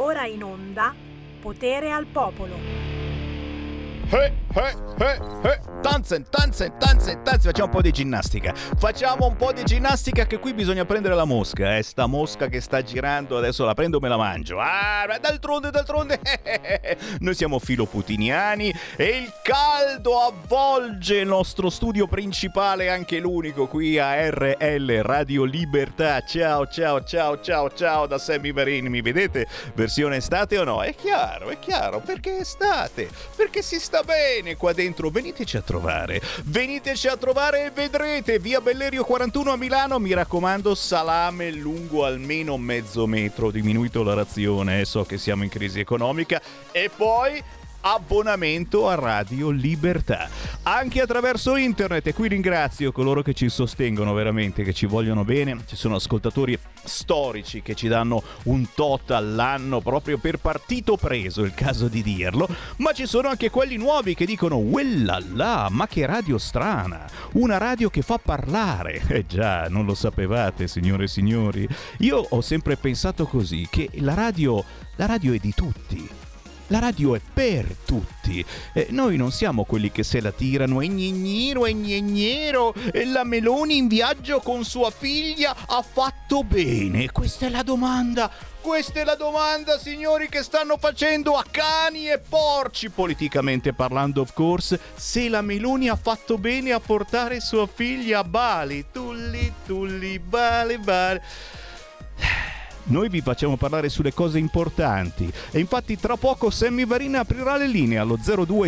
ora in onda Potere al Popolo. Tanzen, facciamo un po' di ginnastica. Facciamo un po' di ginnastica, che qui bisogna prendere la mosca, sta mosca che sta girando, adesso la prendo e me la mangio. D'altronde, noi siamo filoputiniani e il caldo avvolge il nostro studio principale, anche l'unico qui a RL Radio Libertà. Ciao da Sammy Varin, mi vedete? Versione estate o no? È chiaro, perché estate? Perché si sta bene qua dentro. Veniteci a trovare e vedrete. Via Bellerio 41 a Milano, mi raccomando, salame lungo almeno mezzo metro, diminuito la razione, so che siamo in crisi economica, e poi abbonamento a Radio Libertà anche attraverso internet. E qui ringrazio coloro che ci sostengono veramente, che ci vogliono bene. Ci sono ascoltatori storici che ci danno un tot all'anno proprio per partito preso, è il caso di dirlo, ma ci sono anche quelli nuovi che dicono là, ma che radio strana, una radio che fa parlare. Già, non lo sapevate, signore e signori? Io ho sempre pensato così, che la radio è di tutti. La radio è per tutti. Noi non siamo quelli che se la tirano e gnignero. La Meloni in viaggio con sua figlia ha fatto bene. Questa è la domanda, signori, che stanno facendo a cani e porci, politicamente parlando, of course, se la Meloni ha fatto bene a portare sua figlia a Bali. Tulli, Bali. Noi vi facciamo parlare sulle cose importanti e infatti tra poco Sammy Varin aprirà le linee allo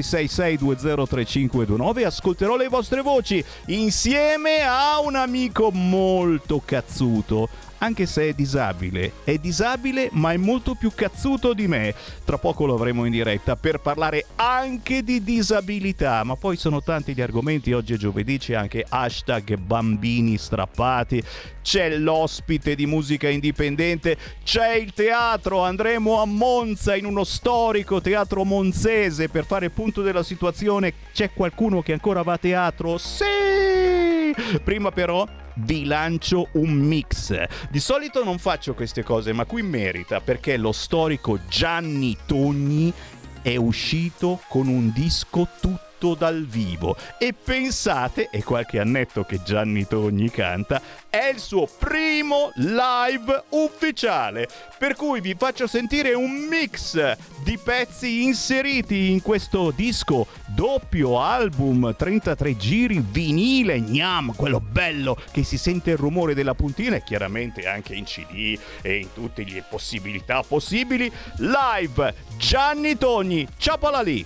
0266203529 e ascolterò le vostre voci insieme a un amico molto cazzuto, anche se è disabile ma è molto più cazzuto di me. Tra poco lo avremo in diretta per parlare anche di disabilità, ma poi sono tanti gli argomenti. Oggi è giovedì, c'è anche hashtag bambini strappati, c'è l'ospite di musica indipendente, c'è il teatro, andremo a Monza in uno storico teatro monzese per fare punto della situazione. C'è qualcuno che ancora va a teatro? Sì! Prima però vi lancio un mix. Di solito non faccio queste cose, ma qui merita, perché lo storico Gianni Togni è uscito con un disco tutto dal vivo e pensate, è qualche annetto che Gianni Togni canta, è il suo primo live ufficiale, per cui vi faccio sentire un mix di pezzi inseriti in questo disco doppio album 33 giri vinile, quello bello che si sente il rumore della puntina, e chiaramente anche in CD e in tutte le possibilità possibili. Live Gianni Togni, ciapala lì.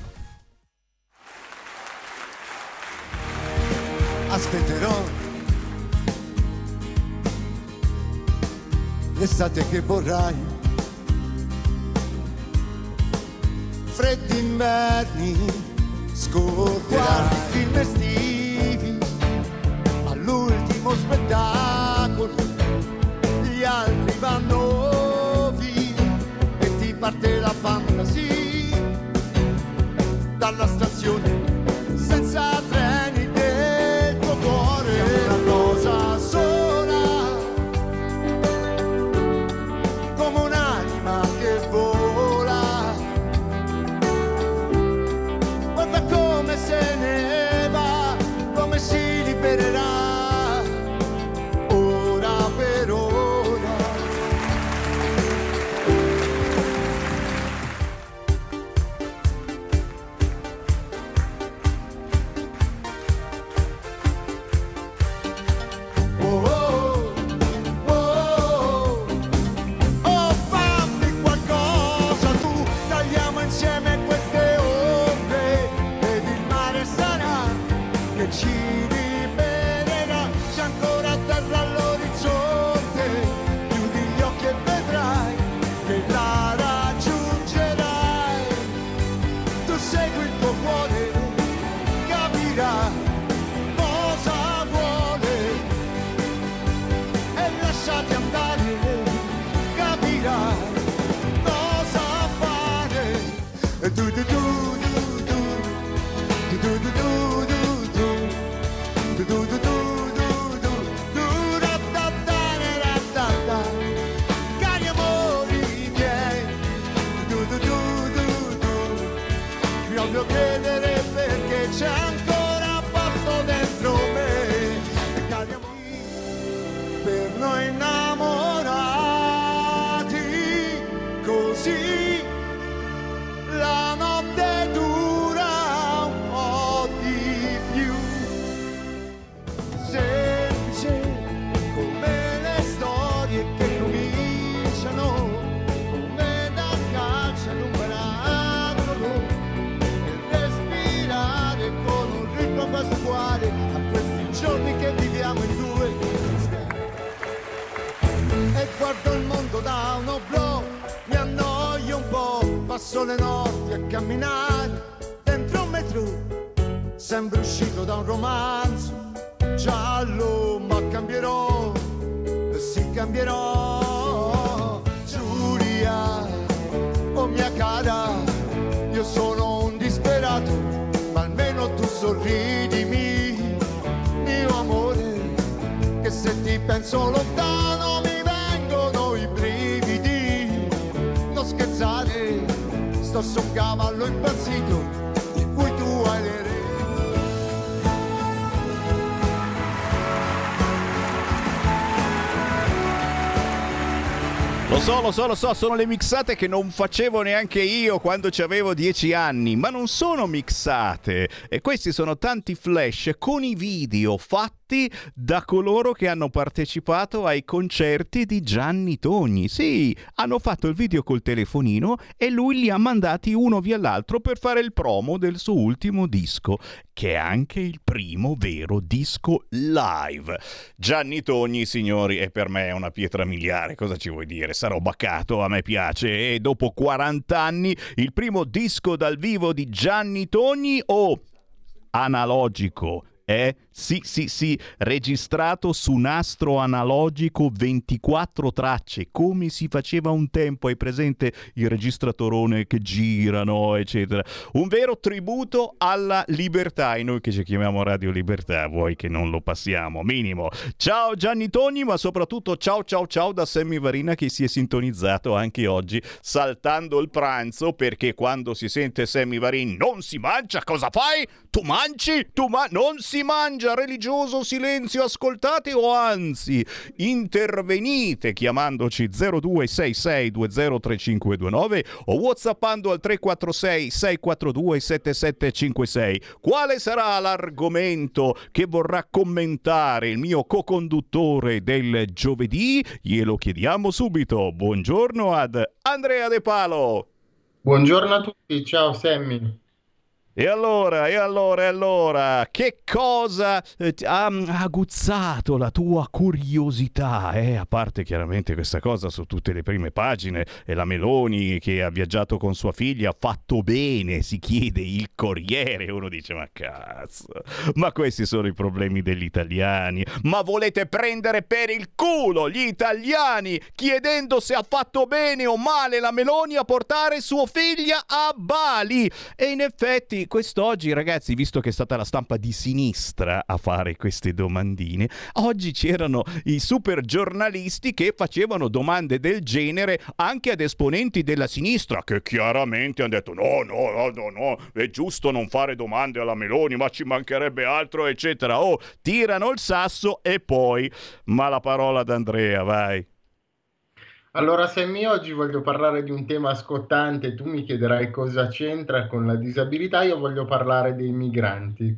Aspetterò l'estate che vorrai, freddi inverni scorderai, film estivi all'ultimo spettacolo, gli altri vanno via e ti parte la fantasia dalla stazione senza treni. Una cosa sola, come un'anima che vola, guarda come se ne va, come si libererà, ora per ora. guardo il mondo da un oblò, mi annoio un po', passo le notti a camminare dentro un metro, sembra uscito da un romanzo giallo, ma cambierò, sì cambierò. Giulia, oh mia cara, io sono un disperato, ma almeno tu sorridimi, mio amore, che se ti penso lontano mi vengono i brividi. Non scherzare, sto su un cavallo impazzito di cui tu hai le redini. Lo so, sono le mixate che non facevo neanche io quando avevo 10 anni, ma non sono mixate. E questi sono tanti flash con i video fatti da coloro che hanno partecipato ai concerti di Gianni Togni. Sì, hanno fatto il video col telefonino e lui li ha mandati uno via l'altro per fare il promo del suo ultimo disco, che è anche il primo vero disco live. Gianni Togni, signori, è per me una pietra miliare, cosa ci vuoi dire? Sarò bacato, a me piace, e dopo 40 anni il primo disco dal vivo di Gianni Togni, analogico. Sì, registrato su nastro analogico, 24 tracce, come si faceva un tempo. Hai presente il registratorone che girano, eccetera? Un vero tributo alla libertà, e noi che ci chiamiamo Radio Libertà, vuoi che non lo passiamo, minimo. Ciao Gianni Togni, ma soprattutto ciao da Sammy Varina, che si è sintonizzato anche oggi saltando il pranzo, perché quando si sente Sammy Varin non si mangia, cosa fai? Tu mangi? Non si mangia, religioso silenzio, ascoltate o anzi intervenite chiamandoci 0266203529 o whatsappando al 346 642 7756. Quale sarà l'argomento che vorrà commentare il mio co-conduttore del giovedì? Glielo chiediamo subito. Buongiorno ad Andrea De Palo. Buongiorno a tutti, ciao Sammy. E allora, che cosa ha aguzzato la tua curiosità? A parte chiaramente questa cosa su tutte le prime pagine, e la Meloni che ha viaggiato con sua figlia, fatto bene, si chiede il Corriere. Uno dice, ma cazzo, ma questi sono i problemi degli italiani. Ma volete prendere per il culo gli italiani chiedendo se ha fatto bene o male la Meloni a portare sua figlia a Bali? E in effetti quest'oggi, ragazzi, visto che è stata la stampa di sinistra a fare queste domandine, oggi c'erano i super giornalisti che facevano domande del genere anche ad esponenti della sinistra, che chiaramente hanno detto no, è giusto non fare domande alla Meloni, ma ci mancherebbe altro, eccetera. Tirano il sasso e poi, ma la parola ad Andrea, vai. Allora, Sammy, oggi voglio parlare di un tema scottante. Tu mi chiederai cosa c'entra con la disabilità. Io voglio parlare dei migranti.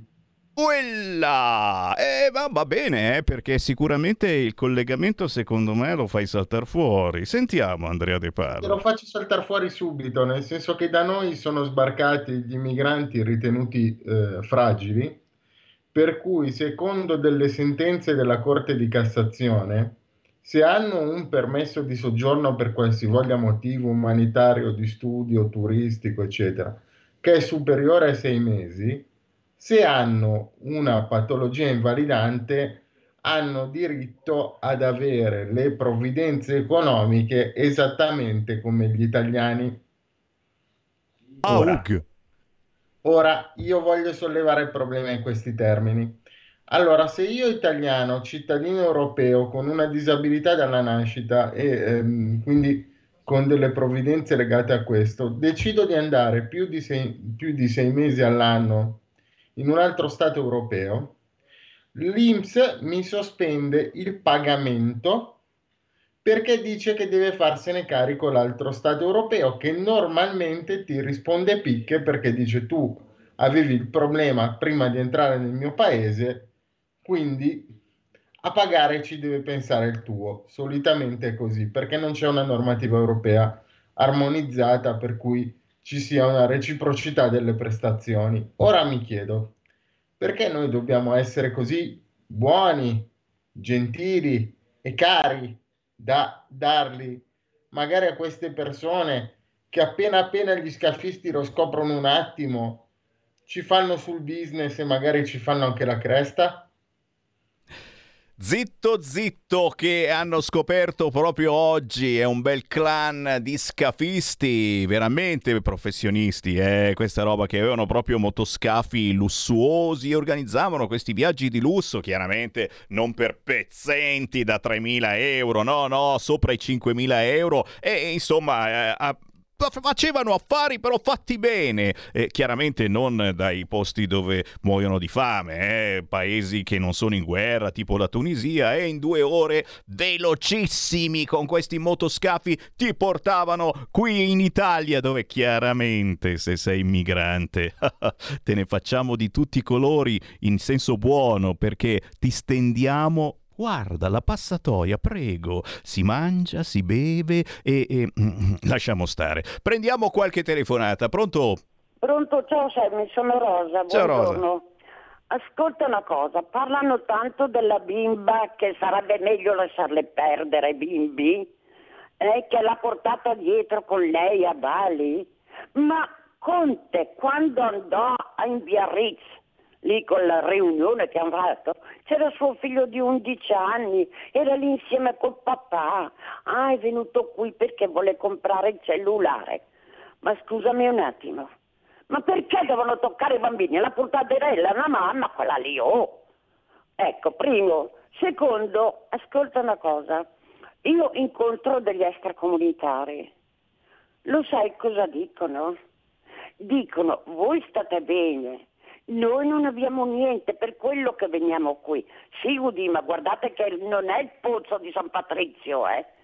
Quella! Va bene, perché sicuramente il collegamento, secondo me, lo fai saltare fuori. Sentiamo, Andrea De Te Palo. lo faccio saltare fuori subito, nel senso che da noi sono sbarcati gli immigranti ritenuti fragili, per cui, secondo delle sentenze della Corte di Cassazione, se hanno un permesso di soggiorno per qualsivoglia motivo umanitario, di studio, turistico, eccetera, che è superiore ai 6 mesi, se hanno una patologia invalidante, hanno diritto ad avere le provvidenze economiche esattamente come gli italiani. Ora, io voglio sollevare il problema in questi termini. Allora, se io italiano, cittadino europeo con una disabilità dalla nascita e quindi con delle provvidenze legate a questo, decido di andare più di 6 mesi all'anno in un altro stato europeo, l'INPS mi sospende il pagamento perché dice che deve farsene carico l'altro stato europeo, che normalmente ti risponde picche perché dice tu avevi il problema prima di entrare nel mio paese, quindi a pagare ci deve pensare il tuo. Solitamente è così, perché non c'è una normativa europea armonizzata per cui ci sia una reciprocità delle prestazioni. Ora mi chiedo, perché noi dobbiamo essere così buoni, gentili e cari da darli magari a queste persone che appena gli scafisti lo scoprono un attimo, ci fanno sul business e magari ci fanno anche la cresta? Zitto zitto, che hanno scoperto proprio oggi, è un bel clan di scafisti veramente professionisti, questa roba, che avevano proprio motoscafi lussuosi e organizzavano questi viaggi di lusso, chiaramente non per pezzenti da 3.000 euro, no, sopra i 5.000 euro, e insomma facevano affari però fatti bene, chiaramente non dai posti dove muoiono di fame, paesi che non sono in guerra, tipo la Tunisia, e in 2 ore velocissimi con questi motoscafi ti portavano qui in Italia, dove chiaramente se sei immigrante te ne facciamo di tutti i colori, in senso buono, perché ti stendiamo. Guarda, la passatoia, prego, si mangia, si beve e lasciamo stare. Prendiamo qualche telefonata, pronto? Pronto, ciao Sammy, sono Rosa, Ciao buongiorno. Rosa. Ascolta una cosa, parlano tanto della bimba che sarebbe meglio lasciarle perdere, bimbi, che l'ha portata dietro con lei a Bali, ma Conte quando andò in Biarritz, lì con la riunione che hanno fatto, c'era suo figlio di 11 anni, era lì insieme col papà. Ah, è venuto qui perché vuole comprare il cellulare. Ma scusami un attimo, ma perché devono toccare i bambini? La portaterella, una mamma, quella lì, oh! Ecco, primo. Secondo, ascolta una cosa, io incontro degli extracomunitari, lo sai cosa dicono? Dicono, voi state bene, noi non abbiamo niente, per quello che veniamo qui. Sì, Udi, ma guardate che non è il pozzo di San Patrizio,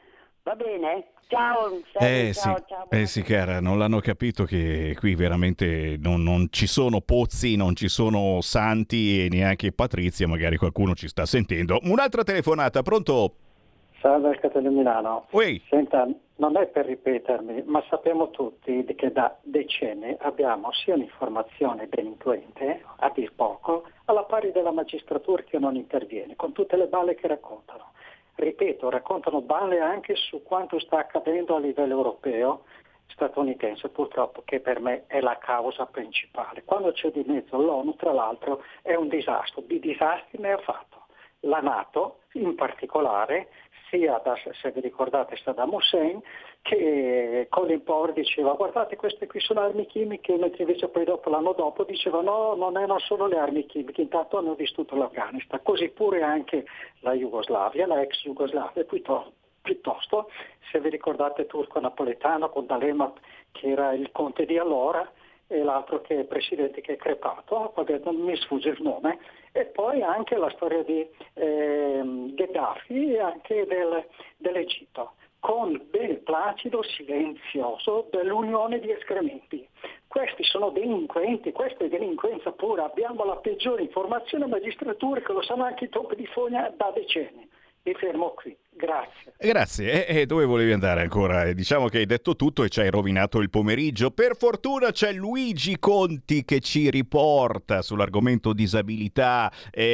Va bene? Ciao, Sammy, Sì. ciao. Sì, cara, non l'hanno capito che qui veramente non ci sono pozzi, non ci sono santi e neanche Patrizia, magari qualcuno ci sta sentendo. Un'altra telefonata, pronto? Salve, Catania Milano. Ui. Senta, non è per ripetermi, ma sappiamo tutti che da decenni abbiamo sia un'informazione delinquente, a dir poco, alla pari della magistratura che non interviene, con tutte le balle che raccontano. Ripeto, raccontano balle anche su quanto sta accadendo a livello europeo, statunitense, purtroppo, che per me è la causa principale. Quando c'è di mezzo l'ONU, tra l'altro, è un disastro. Di disastri ne ha fatto. La NATO, in particolare, sia da, se vi ricordate, Saddam Hussein, che Colin Powell diceva guardate queste qui sono armi chimiche, mentre invece poi dopo l'anno dopo diceva no, non erano solo le armi chimiche, intanto hanno distrutto l'Afghanistan, così pure anche la Jugoslavia, la ex Jugoslavia, piuttosto se vi ricordate Turco Napoletano con D'Alema che era il conte di allora e l'altro che è presidente che è crepato, non mi sfugge il nome, e poi anche la storia di Gheddafi e anche dell'Egitto, con ben placido silenzioso dell'unione di escrementi. Questi sono delinquenti, questa è delinquenza pura, abbiamo la peggiore informazione magistratura che lo sanno anche i topi di fogna da decenni. Mi fermo qui, grazie. Grazie, e dove volevi andare ancora? Diciamo che hai detto tutto e ci hai rovinato il pomeriggio. Per fortuna c'è Luigi Conti che ci riporta sull'argomento disabilità.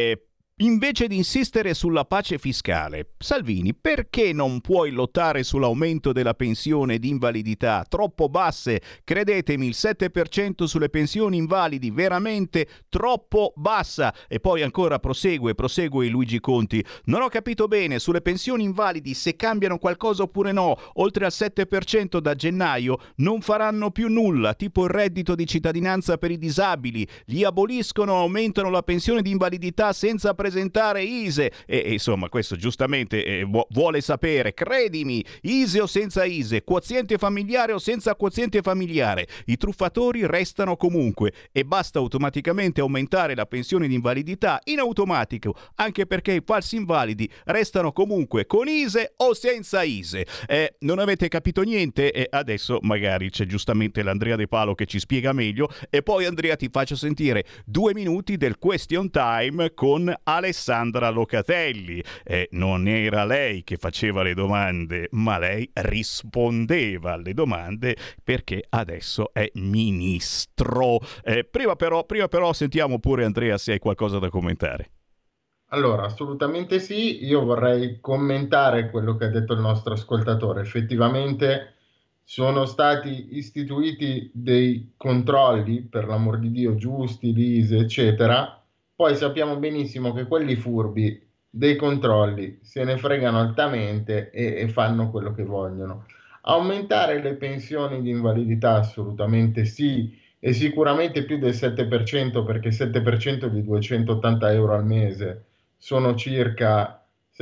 Invece di insistere sulla pace fiscale, Salvini, perché non puoi lottare sull'aumento della pensione di invalidità? Troppo basse, credetemi, il 7% sulle pensioni invalidi, veramente troppo bassa. E poi ancora prosegue Luigi Conti. Non ho capito bene, sulle pensioni invalidi se cambiano qualcosa oppure no, oltre al 7% da gennaio non faranno più nulla, tipo il reddito di cittadinanza per i disabili, li aboliscono, aumentano la pensione di invalidità senza presentare ISEE e insomma questo giustamente vuole sapere, credimi, ISEE o senza ISEE, quoziente familiare o senza quoziente familiare, i truffatori restano comunque e basta automaticamente aumentare la pensione di invalidità in automatico, anche perché i falsi invalidi restano comunque con ISEE o senza ISEE. Non avete capito niente? E adesso magari c'è giustamente l'Andrea De Palo che ci spiega meglio e poi Andrea ti faccio sentire 2 minuti del question time con Alessandra Locatelli. Non era lei che faceva le domande, ma lei rispondeva alle domande perché adesso è ministro. Prima però sentiamo pure Andrea se hai qualcosa da commentare. Allora, assolutamente sì, io vorrei commentare quello che ha detto il nostro ascoltatore. Effettivamente sono stati istituiti dei controlli, per l'amor di Dio, giusti, lisi, eccetera. Poi sappiamo benissimo che quelli furbi dei controlli se ne fregano altamente e fanno quello che vogliono. Aumentare le pensioni di invalidità, assolutamente sì, e sicuramente più del 7%, perché 7% di 280 euro al mese sono circa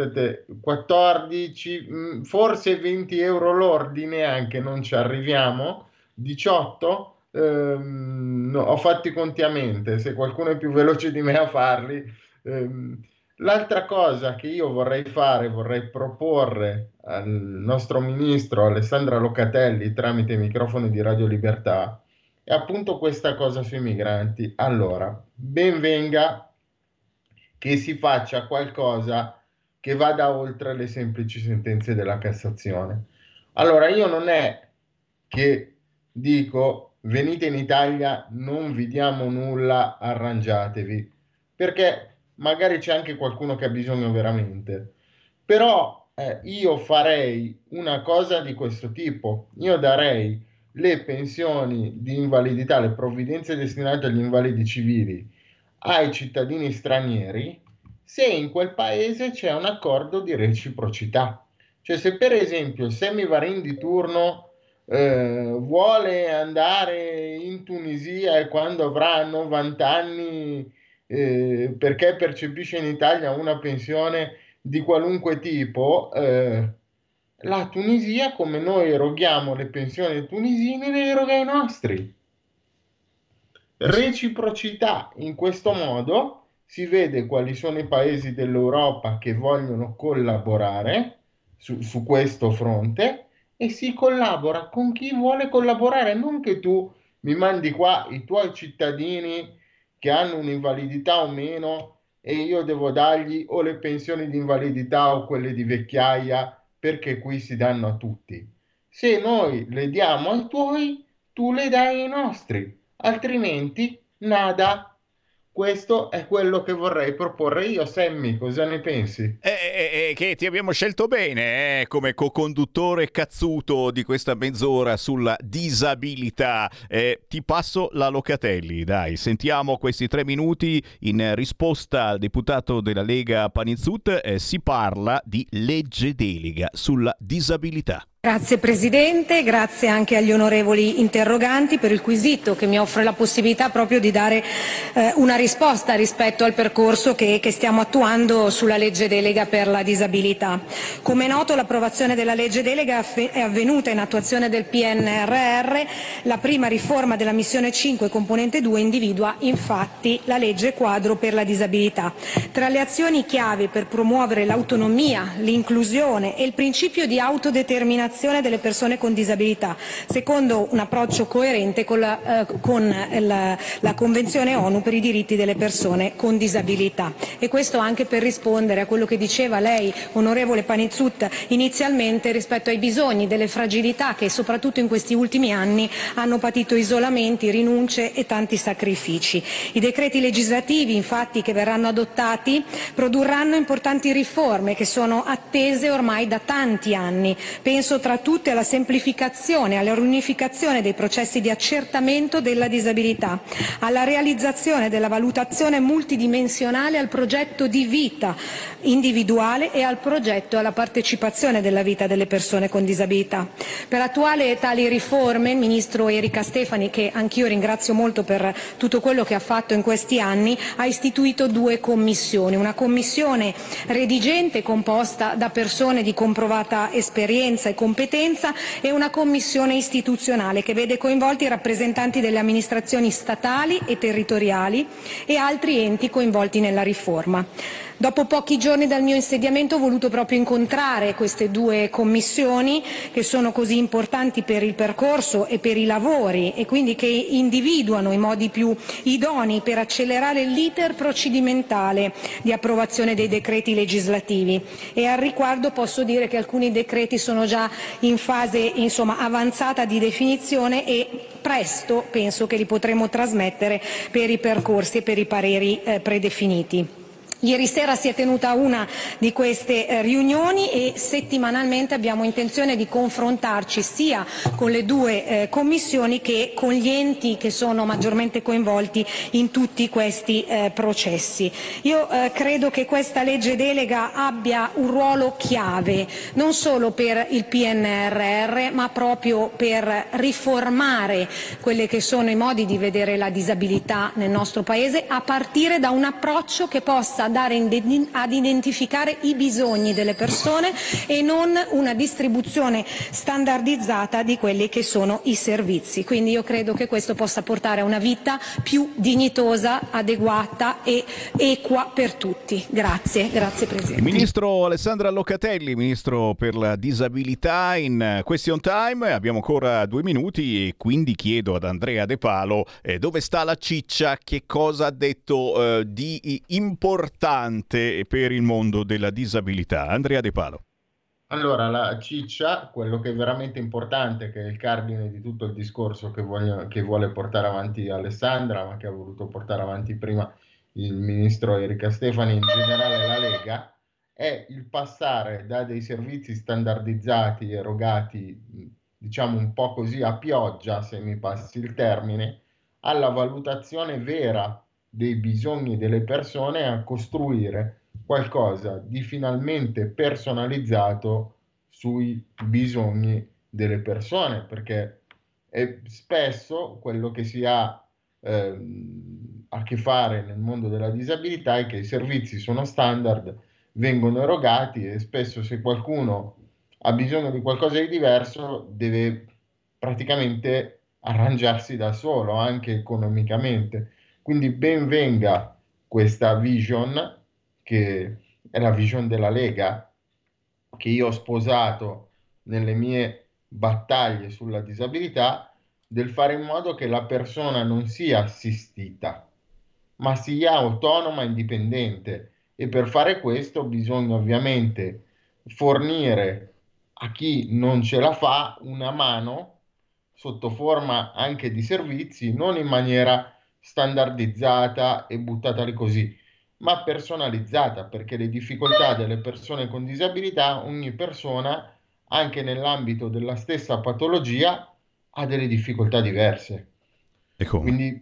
14, forse 20 euro lordi, neanche, non ci arriviamo, 18, no, ho fatto i conti a mente, se qualcuno è più veloce di me a farli. L'altra cosa che io vorrei fare, vorrei proporre al nostro ministro Alessandra Locatelli tramite i microfoni di Radio Libertà, è appunto questa cosa sui migranti. Allora, ben venga che si faccia qualcosa che vada oltre le semplici sentenze della Cassazione. Allora, io non è che dico venite in Italia, non vi diamo nulla, arrangiatevi, perché magari c'è anche qualcuno che ha bisogno veramente. Però io farei una cosa di questo tipo, io darei le pensioni di invalidità, le provvidenze destinate agli invalidi civili ai cittadini stranieri se in quel paese c'è un accordo di reciprocità. Cioè se per esempio il Semivarin di turno vuole andare in Tunisia e quando avrà 90 anni perché percepisce in Italia una pensione di qualunque tipo, la Tunisia, come noi eroghiamo le pensioni tunisine, le eroga ai nostri. Reciprocità, in questo modo si vede quali sono i paesi dell'Europa che vogliono collaborare su questo fronte e si collabora con chi vuole collaborare, non che tu mi mandi qua i tuoi cittadini che hanno un'invalidità o meno e io devo dargli o le pensioni di invalidità o quelle di vecchiaia perché qui si danno a tutti. Se noi le diamo ai tuoi, tu le dai ai nostri, altrimenti nada. Questo è quello che vorrei proporre io. Sammy, cosa ne pensi? Che ti abbiamo scelto bene come co-conduttore cazzuto di questa mezz'ora sulla disabilità. Ti passo la Locatelli, dai, sentiamo questi 3 minuti in risposta al deputato della Lega Panizzut. Si parla di legge delega sulla disabilità. Grazie Presidente, grazie anche agli onorevoli interroganti per il quesito che mi offre la possibilità proprio di dare una risposta rispetto al percorso che stiamo attuando sulla legge delega per la disabilità. Come è noto, l'approvazione della legge delega è avvenuta in attuazione del PNRR. La prima riforma della missione 5 componente 2 individua infatti la legge quadro per la disabilità. Tra le azioni chiave per promuovere l'autonomia, l'inclusione e il principio di autodeterminazione delle persone con disabilità, secondo un approccio coerente con la Convenzione ONU per i diritti delle persone con disabilità. E questo anche per rispondere a quello che diceva lei, onorevole Panizzut, inizialmente rispetto ai bisogni, delle fragilità che soprattutto in questi ultimi anni hanno patito isolamenti, rinunce e tanti sacrifici. I decreti legislativi, infatti, che verranno adottati produrranno importanti riforme che sono attese ormai da tanti anni. Penso tra tutte alla semplificazione, alla riunificazione dei processi di accertamento della disabilità, alla realizzazione della valutazione multidimensionale al progetto di vita individuale e al progetto alla partecipazione della vita delle persone con disabilità. Per attuare tali riforme, il Ministro Erika Stefani, che anch'io ringrazio molto per tutto quello che ha fatto in questi anni, ha istituito 2 commissioni. Una commissione redigente composta da persone di comprovata esperienza e competenza e una commissione istituzionale che vede coinvolti i rappresentanti delle amministrazioni statali e territoriali e altri enti coinvolti nella riforma. Dopo pochi giorni dal mio insediamento ho voluto proprio incontrare queste 2 commissioni che sono così importanti per il percorso e per i lavori e quindi che individuano i modi più idonei per accelerare l'iter procedimentale di approvazione dei decreti legislativi e al riguardo posso dire che alcuni decreti sono già in fase avanzata di definizione e presto penso che li potremo trasmettere per i percorsi e per i pareri predefiniti. Ieri sera si è tenuta una di queste riunioni e settimanalmente abbiamo intenzione di confrontarci sia con le due commissioni che con gli enti che sono maggiormente coinvolti in tutti questi processi. Io credo che questa legge delega abbia un ruolo chiave non solo per il PNRR ma proprio per riformare quelli che sono i modi di vedere la disabilità nel nostro Paese, a partire da un approccio che possa dare ad identificare i bisogni delle persone e non una distribuzione standardizzata di quelli che sono i servizi. Quindi io credo che questo possa portare a una vita più dignitosa, adeguata e equa per tutti. Grazie Presidente. Ministro Alessandra Locatelli, Ministro per la disabilità, in Question Time. Abbiamo ancora 2 minuti e quindi chiedo ad Andrea De Palo dove sta la ciccia, che cosa ha detto di importante per il mondo della disabilità. Andrea De Palo. Allora, la ciccia, quello che è veramente importante, che è il cardine di tutto il discorso che vuole portare avanti Alessandra, ma che ha voluto portare avanti prima il ministro Erika Stefani, in generale la Lega, è il passare da dei servizi standardizzati erogati, diciamo un po' così a pioggia, se mi passi il termine, alla valutazione vera dei bisogni delle persone, a costruire qualcosa di finalmente personalizzato sui bisogni delle persone, perché è spesso quello che si ha a che fare nel mondo della disabilità è che i servizi sono standard, vengono erogati e spesso se qualcuno ha bisogno di qualcosa di diverso deve praticamente arrangiarsi da solo, anche economicamente. Quindi ben venga questa vision, che è la vision della Lega, che io ho sposato nelle mie battaglie sulla disabilità, del fare in modo che la persona non sia assistita, ma sia autonoma e indipendente. E per fare questo bisogna ovviamente fornire a chi non ce la fa una mano sotto forma anche di servizi, non in maniera standardizzata e buttata lì così, ma personalizzata, perché le difficoltà delle persone con disabilità, ogni persona, anche nell'ambito della stessa patologia, ha delle difficoltà diverse. E come? Quindi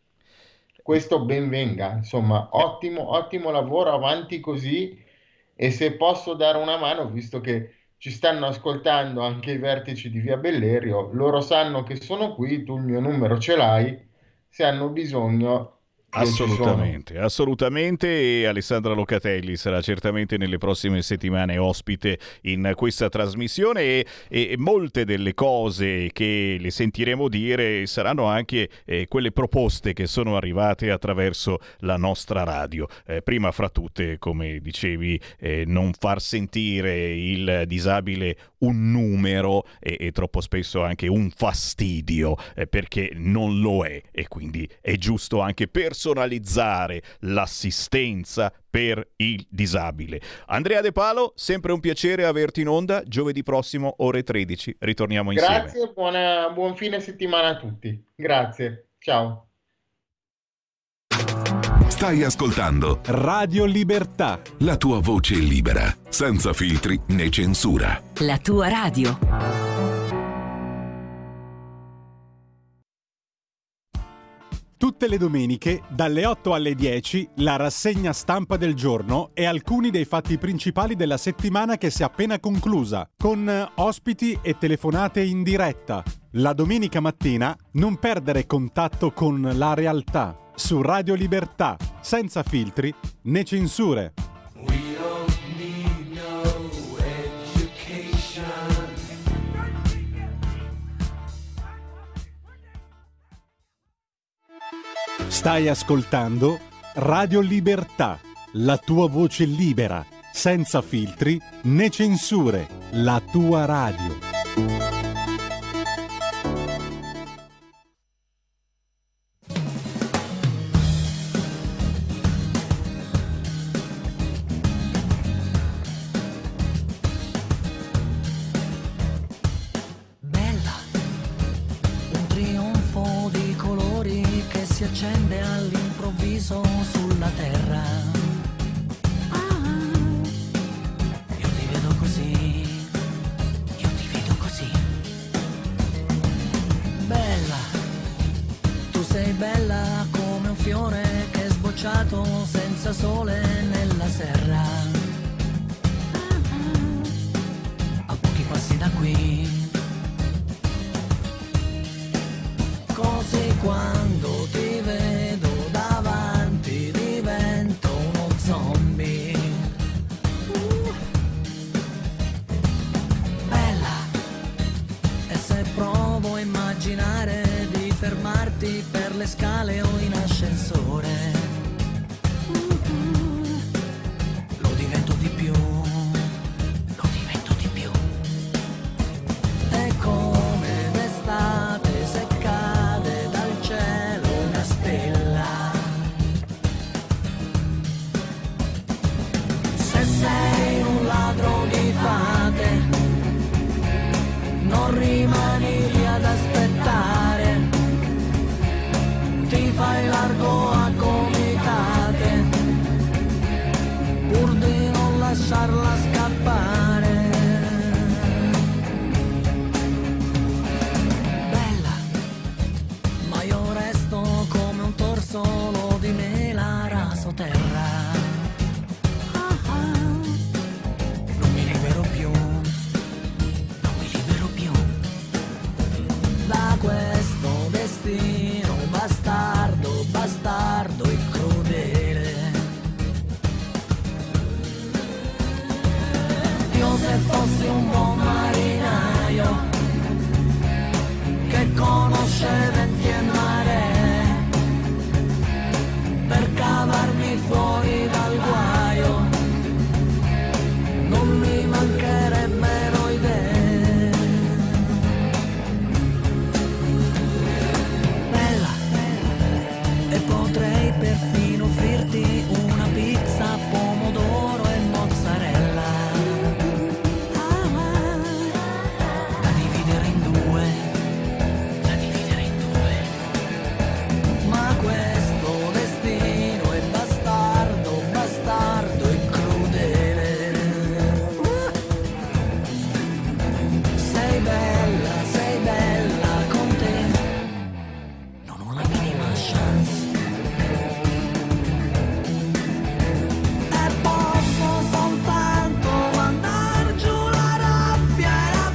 questo ben venga, insomma, ottimo lavoro, avanti così. E se posso dare una mano, visto che ci stanno ascoltando anche i vertici di Via Bellerio, loro sanno che sono qui, tu il mio numero ce l'hai, se hanno bisogno. Assolutamente, e Alessandra Locatelli sarà certamente nelle prossime settimane ospite in questa trasmissione e molte delle cose che le sentiremo dire saranno anche quelle proposte che sono arrivate attraverso la nostra radio. Prima fra tutte, come dicevi, non far sentire il disabile un numero e troppo spesso anche un fastidio, perché non lo è, e quindi è giusto anche personalizzare l'assistenza per il disabile. Andrea De Palo, sempre un piacere averti in onda. Giovedì prossimo ore 13 ritorniamo insieme. Grazie, buon fine settimana a tutti. Grazie, ciao. Stai ascoltando Radio Libertà, la tua voce libera, senza filtri né censura. La tua radio. Tutte le domeniche, dalle 8 alle 10, la rassegna stampa del giorno e alcuni dei fatti principali della settimana che si è appena conclusa, con ospiti e telefonate in diretta. La domenica mattina non perdere contatto con la realtà. Su Radio Libertà, senza filtri né censure. Stai ascoltando Radio Libertà, la tua voce libera, senza filtri né censure, la tua radio. accende all'improvviso sulla terra. sei bella come un fiore che è sbocciato senza sole nella serra. A pochi passi da qui. Così quando ti vedo davanti divento uno zombie. Bella. E se provo a immaginare di fermarti per le scale o in ascensore, lo divento di più. Lo divento di più. È come d'estate se cade dal cielo una stella. Se sei un ladro di fate, non rimani lì ad aspettare, ti fai largo a gomitate pur di non lasciarla scappare. Bella, ma io resto come un torsolo di mela raso terra. Non mi libero più, non mi libero più da questo destino bastardo, bastardo e crudele. Io se fossi un buon marinaio che conosce venti e maree, per cavarmi fuori dal guaio non mi mancherebbero idee. Bella, e potrei perfino offrirti una pizza, pomodoro e mozzarella, da dividere in due, da dividere in due. Ma questo destino è bastardo, bastardo e crudele. Sei bella con te, non ho la minima chance. E posso soltanto mandar giù la rabbia e la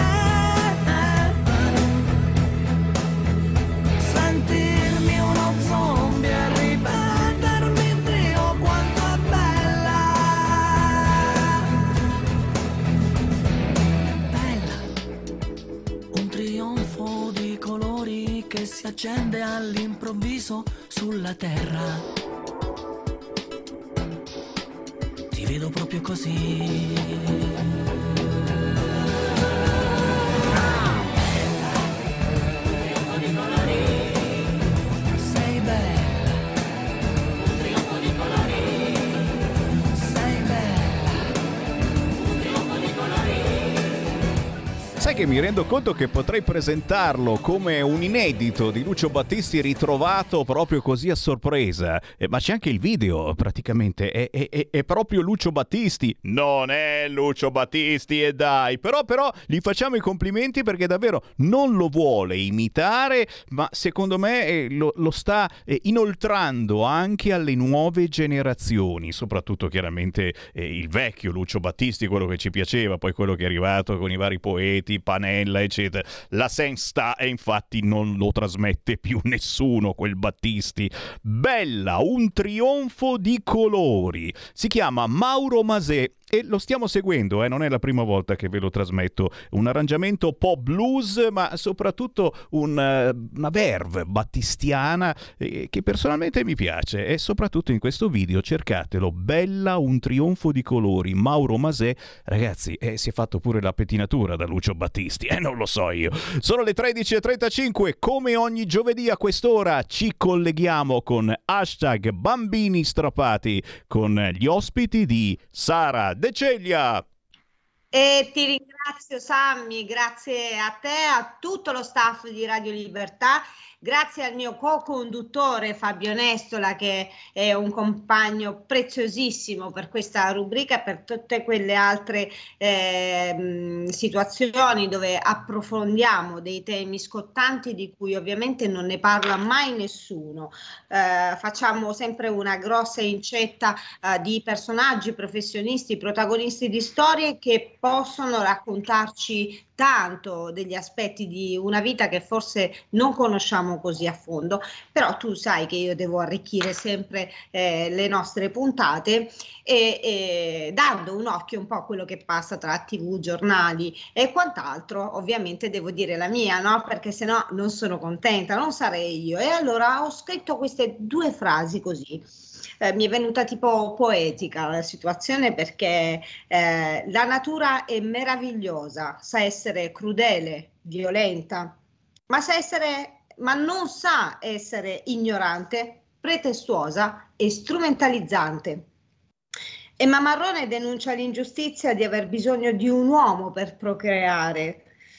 sentirmi uno zombie e ripetermi Dio quanto è bella. Bella, un trionfo di colori che si accende all'improvviso sulla terra. Ti vedo proprio così. Sei bella, un trionfo di colori. Sei bella, un trionfo di colori. Sai che mi rendo conto che potrei presentarlo come un inedito di Lucio Battisti ritrovato proprio così a sorpresa. Ma c'è anche il video, praticamente. È proprio Lucio Battisti. Non è Lucio Battisti, e dai. Però gli facciamo i complimenti perché davvero non lo vuole imitare, ma secondo me lo sta inoltrando anche alle nuove generazioni. Soprattutto chiaramente il vecchio Lucio Battisti, quello che ci piaceva, poi quello che è arrivato con i vari poeti, Panella, eccetera. La Sensta, e infatti non lo trasmette più nessuno quel Battisti. Bella, un trionfo di colori. Si chiama Mauro Masè e lo stiamo seguendo, non è la prima volta che ve lo trasmetto. Un arrangiamento pop blues, ma soprattutto una verve battistiana che personalmente mi piace, e soprattutto in questo video cercatelo. Bella, un trionfo di colori, Mauro Masè. Ragazzi, si è fatto pure la pettinatura da Lucio Battisti, non lo so io. Sono le 13:35, come ogni giovedì a quest'ora ci colleghiamo con hashtag Bambini Strappati con gli ospiti di Sara De Ceglia. E ti ringrazio ringrazio Sammy, grazie a te, a tutto lo staff di Radio Libertà, grazie al mio co-conduttore Fabio Nestola, che è un compagno preziosissimo per questa rubrica e per tutte quelle altre situazioni dove approfondiamo dei temi scottanti di cui ovviamente non ne parla mai nessuno. Facciamo sempre una grossa incetta di personaggi, professionisti, protagonisti di storie che possono raccontarci tanto degli aspetti di una vita che forse non conosciamo così a fondo, però tu sai che io devo arricchire sempre le nostre puntate e dando un occhio un po' a quello che passa tra TV, giornali e quant'altro. Ovviamente devo dire la mia, no? Perché sennò non sono contenta, non sarei io. E allora ho scritto queste due frasi così. Mi è venuta tipo poetica la situazione, perché la natura è meravigliosa, sa essere crudele, violenta, ma non sa essere ignorante, pretestuosa e strumentalizzante. E Mamarrone denuncia l'ingiustizia di aver bisogno di un uomo per procreare.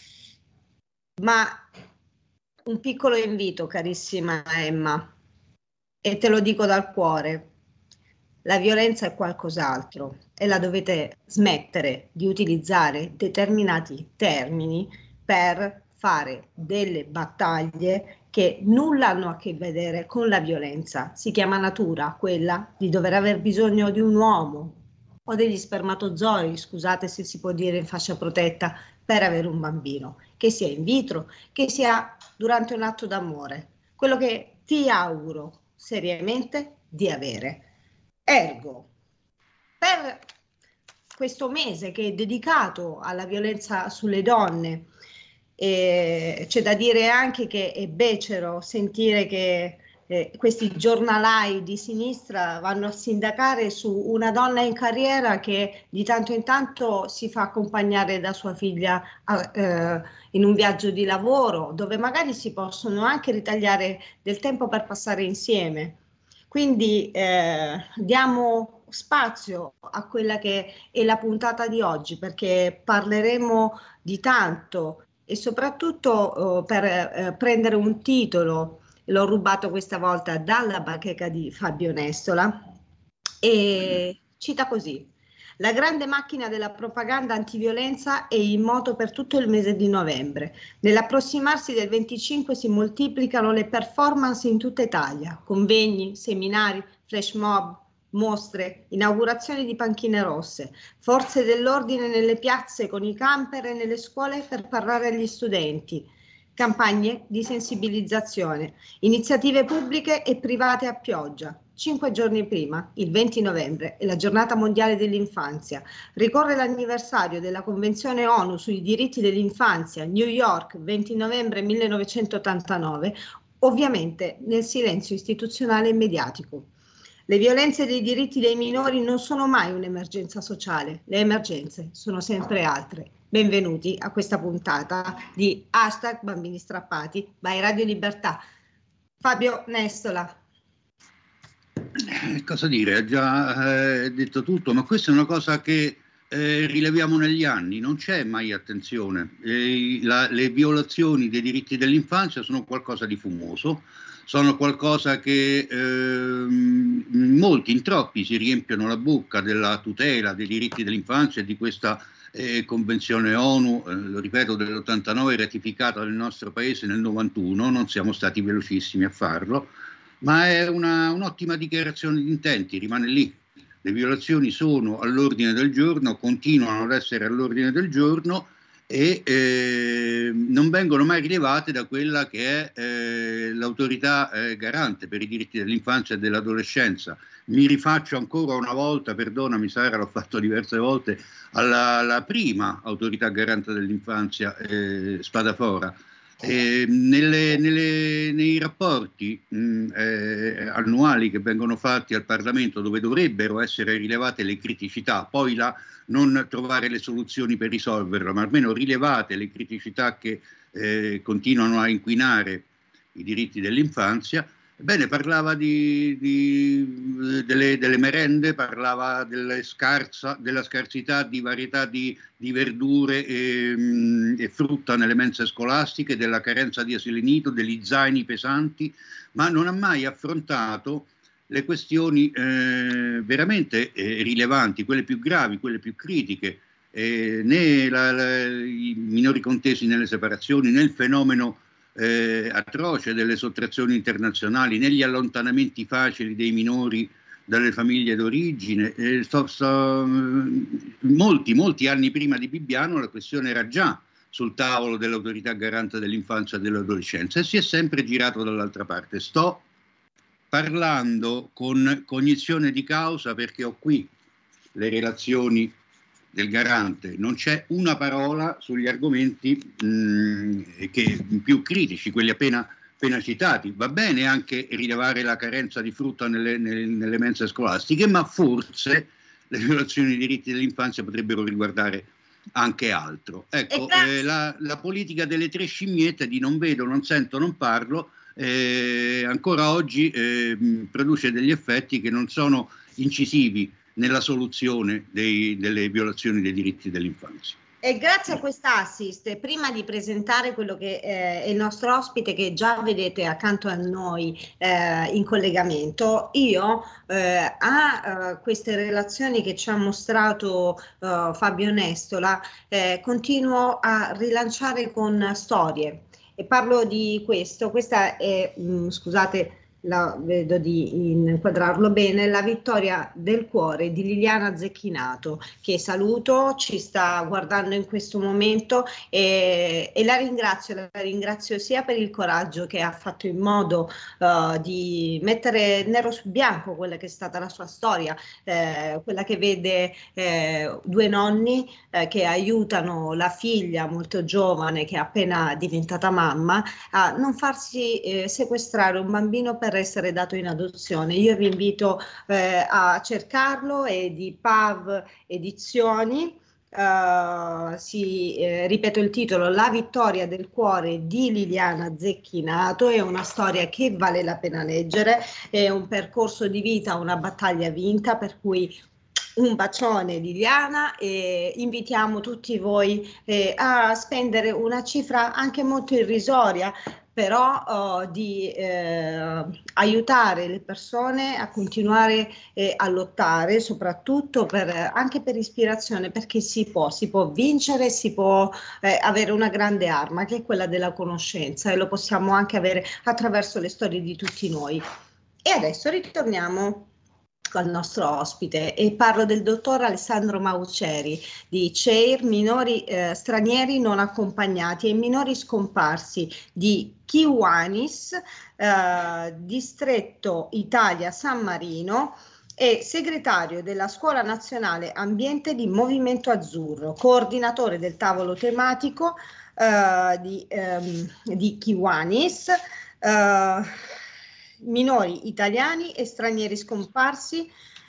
Ma un piccolo invito, carissima Emma, e te lo dico dal cuore: la violenza è qualcos'altro e la dovete smettere di utilizzare determinati termini per fare delle battaglie che nulla hanno a che vedere con la violenza. Si chiama natura quella di dover aver bisogno di un uomo o degli spermatozoi, scusate se si può dire in fascia protetta, per avere un bambino, che sia in vitro, che sia durante un atto d'amore. Quello che ti auguro seriamente di avere. Ergo, per questo mese che è dedicato alla violenza sulle donne, c'è da dire anche che è becero sentire che questi giornalai di sinistra vanno a sindacare su una donna in carriera che di tanto in tanto si fa accompagnare da sua figlia in un viaggio di lavoro, dove magari si possono anche ritagliare del tempo per passare insieme. Quindi diamo spazio a quella che è la puntata di oggi, perché parleremo di tanto e soprattutto per prendere un titolo, l'ho rubato questa volta dalla bacheca di Fabio Nestola, e cita così: la grande macchina della propaganda antiviolenza è in moto per tutto il mese di novembre. Nell'approssimarsi del 25 si moltiplicano le performance in tutta Italia, convegni, seminari, flash mob, mostre, inaugurazioni di panchine rosse, forze dell'ordine nelle piazze con i camper e nelle scuole per parlare agli studenti, campagne di sensibilizzazione, iniziative pubbliche e private a pioggia. 5 giorni prima, il 20 novembre, è la giornata mondiale dell'infanzia. Ricorre l'anniversario della Convenzione ONU sui diritti dell'infanzia, New York, 20 novembre 1989, ovviamente nel silenzio istituzionale e mediatico. Le violenze dei diritti dei minori non sono mai un'emergenza sociale, le emergenze sono sempre altre. Benvenuti a questa puntata di #Bambini Strappati by Radio Libertà. Fabio Nestola. Cosa dire, ha già detto tutto, ma questa è una cosa che rileviamo negli anni, non c'è mai attenzione. Le violazioni dei diritti dell'infanzia sono qualcosa di fumoso, sono qualcosa che molti, in troppi, si riempiono la bocca della tutela dei diritti dell'infanzia e di questa convenzione ONU, lo ripeto, dell'89, ratificata nel nostro paese nel 91, non siamo stati velocissimi a farlo, ma è un'ottima dichiarazione di intenti, rimane lì. Le violazioni sono all'ordine del giorno, continuano ad essere all'ordine del giorno e non vengono mai rilevate da quella che è l'autorità garante per i diritti dell'infanzia e dell'adolescenza. Mi rifaccio ancora una volta, perdonami Sara, l'ho fatto diverse volte, alla prima autorità garante dell'infanzia, Spadafora. Nei rapporti annuali che vengono fatti al Parlamento, dove dovrebbero essere rilevate le criticità, poi non trovare le soluzioni per risolverle, ma almeno rilevate le criticità che continuano a inquinare i diritti dell'infanzia, Bene, parlava delle merende, parlava della scarsità di varietà di verdure e frutta nelle mense scolastiche, della carenza di asili nido, degli zaini pesanti, ma non ha mai affrontato le questioni veramente rilevanti, quelle più gravi, quelle più critiche, né i minori contesi nelle separazioni, né il fenomeno atroce delle sottrazioni internazionali, negli allontanamenti facili dei minori dalle famiglie d'origine. Molti anni prima di Bibbiano la questione era già sul tavolo dell'autorità garante dell'infanzia e dell'adolescenza e si è sempre girato dall'altra parte. Sto parlando con cognizione di causa perché ho qui le relazioni del garante, non c'è una parola sugli argomenti più critici, quelli appena citati. Va bene anche rilevare la carenza di frutta nelle mense scolastiche, ma forse le violazioni dei diritti dell'infanzia potrebbero riguardare anche altro. Ecco, la politica delle tre scimmiette di non vedo, non sento, non parlo, ancora oggi produce degli effetti che non sono incisivi nella soluzione delle violazioni dei diritti dell'infanzia. E grazie a quest'assist, prima di presentare quello che è il nostro ospite che già vedete accanto a noi in collegamento, io a queste relazioni che ci ha mostrato Fabio Nestola continuo a rilanciare con storie e parlo di questo. Questa è, scusate, vedo di inquadrarlo bene, La vittoria del cuore di Liliana Zecchinato, che saluto, ci sta guardando in questo momento e la ringrazio sia per il coraggio che ha fatto in modo di mettere nero su bianco quella che è stata la sua storia, quella che vede due nonni che aiutano la figlia molto giovane che è appena diventata mamma a non farsi sequestrare un bambino per essere dato in adozione. Io vi invito a cercarlo, è di PAV Edizioni, ripeto il titolo, La vittoria del cuore di Liliana Zecchinato, è una storia che vale la pena leggere, è un percorso di vita, una battaglia vinta, per cui un bacione Liliana e invitiamo tutti voi a spendere una cifra anche molto irrisoria, però di aiutare le persone a continuare a lottare, soprattutto anche per ispirazione, perché si può vincere, si può avere una grande arma che è quella della conoscenza e lo possiamo anche avere attraverso le storie di tutti noi. E adesso ritorniamo al nostro ospite e parlo del dottor Alessandro Mauceri di CEIR, minori stranieri non accompagnati e minori scomparsi di Kiwanis, distretto Italia San Marino, e segretario della Scuola Nazionale Ambiente di Movimento Azzurro, coordinatore del tavolo tematico di Kiwanis, minori italiani e stranieri scomparsi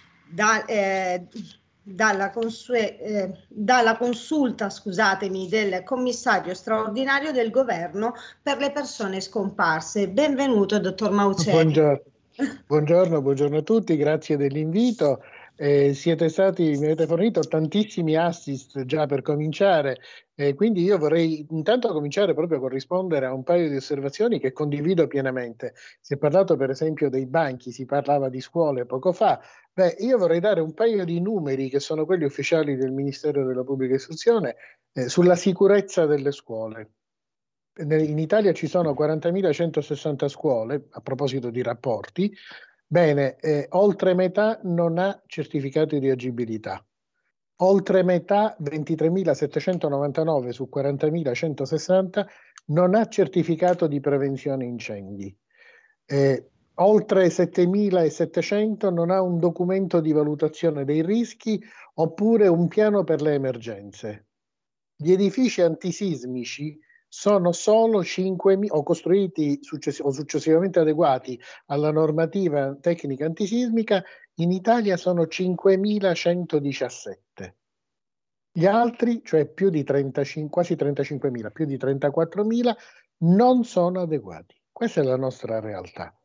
dalla consulta, scusatemi, del commissario straordinario del governo per le persone scomparse. Benvenuto, dottor Mauceri. Buongiorno a tutti, grazie dell'invito. Mi avete fornito tantissimi assist già per cominciare, quindi io vorrei intanto cominciare proprio a rispondere a un paio di osservazioni che condivido pienamente. Si è parlato per esempio dei banchi, si parlava di scuole poco fa. Io vorrei dare un paio di numeri che sono quelli ufficiali del Ministero della Pubblica Istruzione sulla sicurezza delle scuole. In Italia ci sono 40.160 scuole, a proposito di rapporti. Bene, oltre metà non ha certificato di agibilità, oltre metà, 23.799 su 40.160, non ha certificato di prevenzione incendi, oltre 7.700 non ha un documento di valutazione dei rischi oppure un piano per le emergenze. Gli edifici antisismici sono solo 5.000 o costruiti o successivamente adeguati alla normativa tecnica antisismica, in Italia sono 5.117. Gli altri, cioè più di 35, quasi 35.000, più di 34.000, non sono adeguati. Questa è la nostra realtà.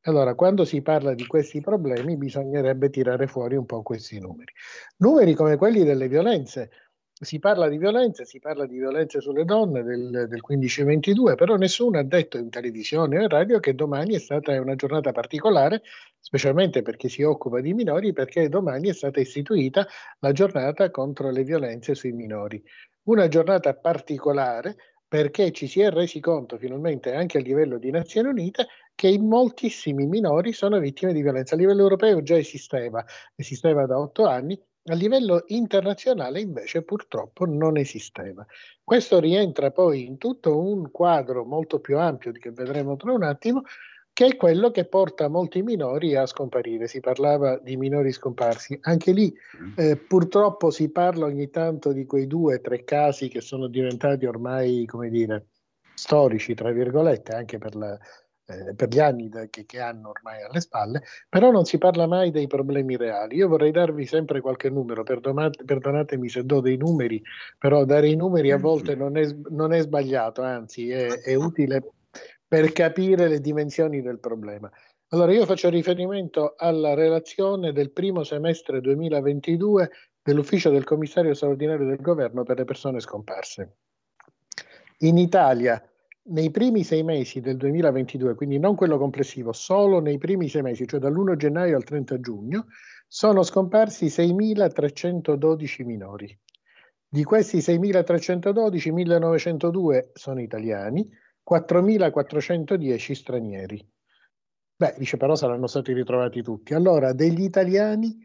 Allora, quando si parla di questi problemi bisognerebbe tirare fuori un po' questi numeri. Numeri come quelli delle violenze. Si parla di violenze sulle donne del 15-22, però nessuno ha detto in televisione o in radio che domani è stata una giornata particolare, specialmente per chi si occupa di minori, perché domani è stata istituita la giornata contro le violenze sui minori. Una giornata particolare perché ci si è resi conto finalmente anche a livello di Nazioni Unite che in moltissimi minori sono vittime di violenza. A livello europeo già esisteva da 8 anni, a livello internazionale invece purtroppo non esisteva. Questo rientra poi in tutto un quadro molto più ampio che vedremo tra un attimo, che è quello che porta molti minori a scomparire. Si parlava di minori scomparsi. Anche lì purtroppo si parla ogni tanto di quei 2 o 3 casi che sono diventati ormai, come dire, storici, tra virgolette, anche per gli anni che hanno ormai alle spalle, però non si parla mai dei problemi reali. Io vorrei darvi sempre qualche numero, perdonatemi se do dei numeri, però dare i numeri a volte non è sbagliato, anzi è utile per capire le dimensioni del problema. Allora io faccio riferimento alla relazione del primo semestre 2022 dell'Ufficio del Commissario straordinario del Governo per le persone scomparse. In Italia, nei primi 6 mesi del 2022, quindi non quello complessivo, solo nei primi 6 mesi, cioè dall'1 gennaio al 30 giugno, sono scomparsi 6.312 minori. Di questi 6.312, 1.902 sono italiani, 4.410 stranieri. Beh, dice però saranno stati ritrovati tutti. Allora, degli italiani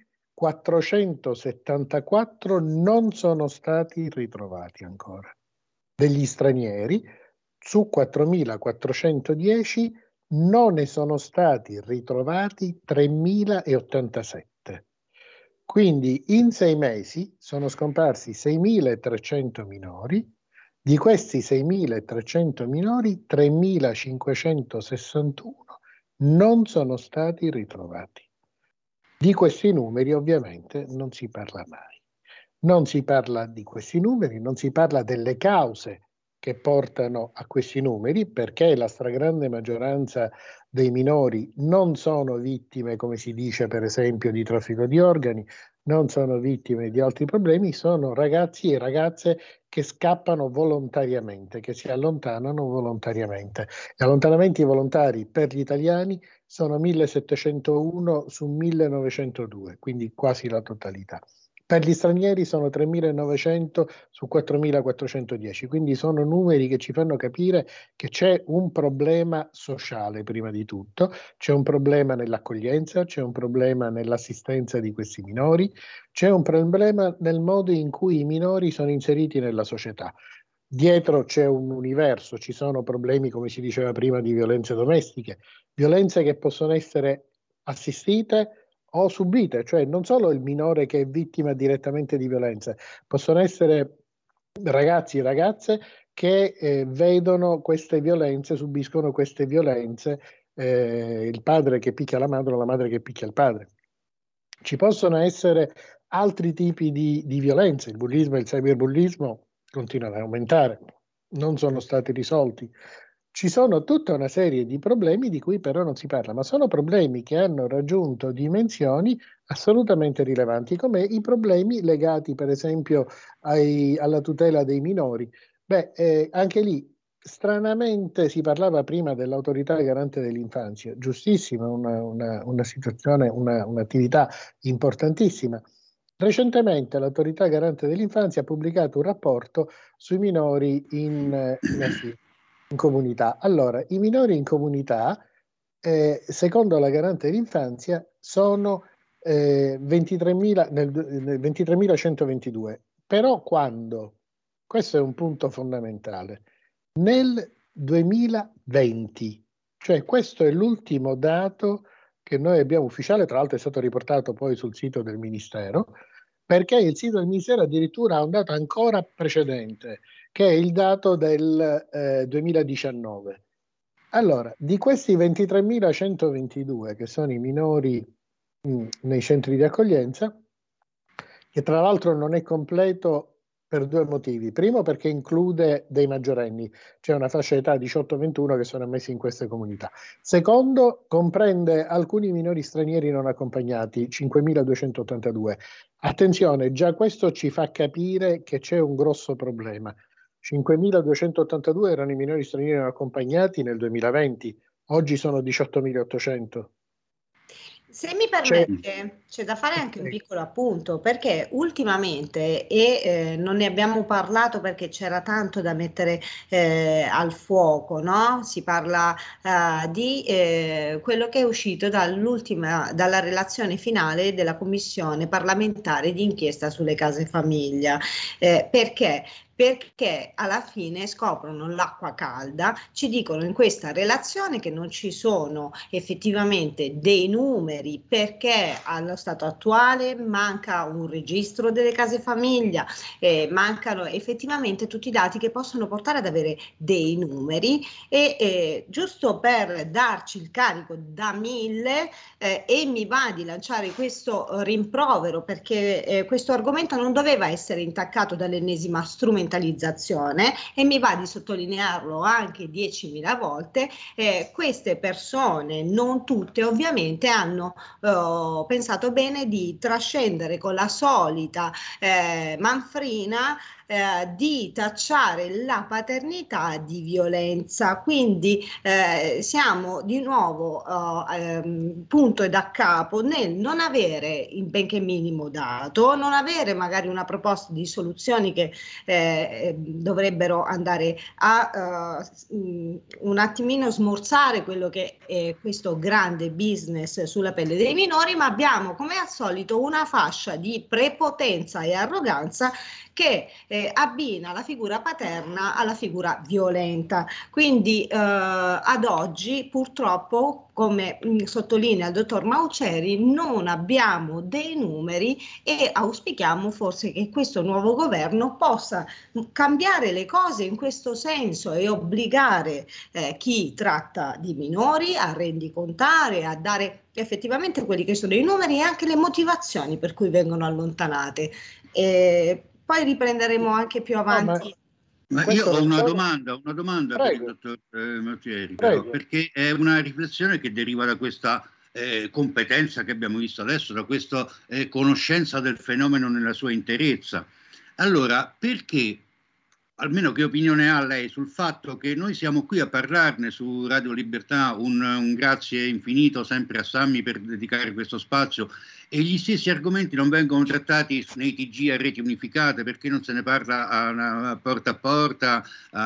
474 non sono stati ritrovati ancora. Degli stranieri su 4.410 non ne sono stati ritrovati 3.087. Quindi in 6 mesi sono scomparsi 6.300 minori. Di questi 6.300 minori, 3.561 non sono stati ritrovati. Di questi numeri ovviamente non si parla mai. Non si parla di questi numeri, non si parla delle cause che portano a questi numeri, perché la stragrande maggioranza dei minori non sono vittime, come si dice per esempio, di traffico di organi, non sono vittime di altri problemi, sono ragazzi e ragazze che scappano volontariamente, che si allontanano volontariamente. Gli allontanamenti volontari per gli italiani sono 1701 su 1902, quindi quasi la totalità. Per gli stranieri sono 3.900 su 4.410, quindi sono numeri che ci fanno capire che c'è un problema sociale prima di tutto, c'è un problema nell'accoglienza, c'è un problema nell'assistenza di questi minori, c'è un problema nel modo in cui i minori sono inseriti nella società. Dietro c'è un universo, ci sono problemi, come si diceva prima, di violenze domestiche, violenze che possono essere assistite o subite, cioè non solo il minore che è vittima direttamente di violenze, possono essere ragazzi e ragazze che vedono queste violenze, subiscono queste violenze, il padre che picchia la madre o la madre che picchia il padre. Ci possono essere altri tipi di violenze, il bullismo e il cyberbullismo continuano ad aumentare, non sono stati risolti. Ci sono tutta una serie di problemi di cui però non si parla, ma sono problemi che hanno raggiunto dimensioni assolutamente rilevanti, come i problemi legati per esempio alla tutela dei minori. Beh, anche lì stranamente si parlava prima dell'autorità garante dell'infanzia, giustissima, una situazione, un'attività importantissima. Recentemente l'autorità garante dell'infanzia ha pubblicato un rapporto sui minori in comunità. Allora, i minori in comunità, secondo la garante dell'infanzia, sono 23.122. Però quando? Questo è un punto fondamentale. Nel 2020, cioè questo è l'ultimo dato che noi abbiamo ufficiale, tra l'altro è stato riportato poi sul sito del Ministero, perché il sito del Ministero addirittura ha un dato ancora precedente, che è il dato del 2019. Allora, di questi 23.122 che sono i minori nei centri di accoglienza, che tra l'altro non è completo per due motivi. Primo, perché include dei maggiorenni, c'è una fascia età 18-21 che sono ammessi in queste comunità. Secondo, comprende alcuni minori stranieri non accompagnati, 5.282. Attenzione, già questo ci fa capire che c'è un grosso problema. 5.282 erano i minori stranieri non accompagnati nel 2020, oggi sono 18.800. Se mi permette, c'è da fare anche un piccolo appunto, perché ultimamente, non ne abbiamo parlato perché c'era tanto da mettere al fuoco, no? Si parla di quello che è uscito dalla relazione finale della Commissione parlamentare di inchiesta sulle case famiglia. Perché? Perché alla fine scoprono l'acqua calda, ci dicono in questa relazione che non ci sono effettivamente dei numeri perché allo stato attuale manca un registro delle case famiglia, mancano effettivamente tutti i dati che possono portare ad avere dei numeri e giusto per darci il carico da 1000 e mi va di lanciare questo rimprovero perché questo argomento non doveva essere intaccato dall'ennesima strumentalizzazione e mi va di sottolinearlo anche 10.000 volte, queste persone, non tutte ovviamente, hanno pensato bene di trascendere con la solita manfrina di tacciare la paternità di violenza. Quindi siamo di nuovo punto e da capo nel non avere il benché minimo dato, non avere magari una proposta di soluzioni che dovrebbero andare a un attimino smorzare quello che è questo grande business sulla pelle dei minori, ma abbiamo come al solito una fascia di prepotenza e arroganza che abbina la figura paterna alla figura violenta. Quindi ad oggi purtroppo, come sottolinea il dottor Mauceri, non abbiamo dei numeri e auspichiamo forse che questo nuovo governo possa cambiare le cose in questo senso e obbligare chi tratta di minori a rendicontare, a dare effettivamente quelli che sono i numeri e anche le motivazioni per cui vengono allontanate. Poi riprenderemo anche più avanti. Ma io ho una domanda per il dottor Mauceri, perché è una riflessione che deriva da questa competenza che abbiamo visto adesso, da questa conoscenza del fenomeno nella sua interezza. Allora, perché, almeno che opinione ha lei sul fatto che noi siamo qui a parlarne su Radio Libertà, un grazie infinito sempre a Sammy per dedicare questo spazio, e gli stessi argomenti non vengono trattati nei TG a reti unificate, perché non se ne parla a porta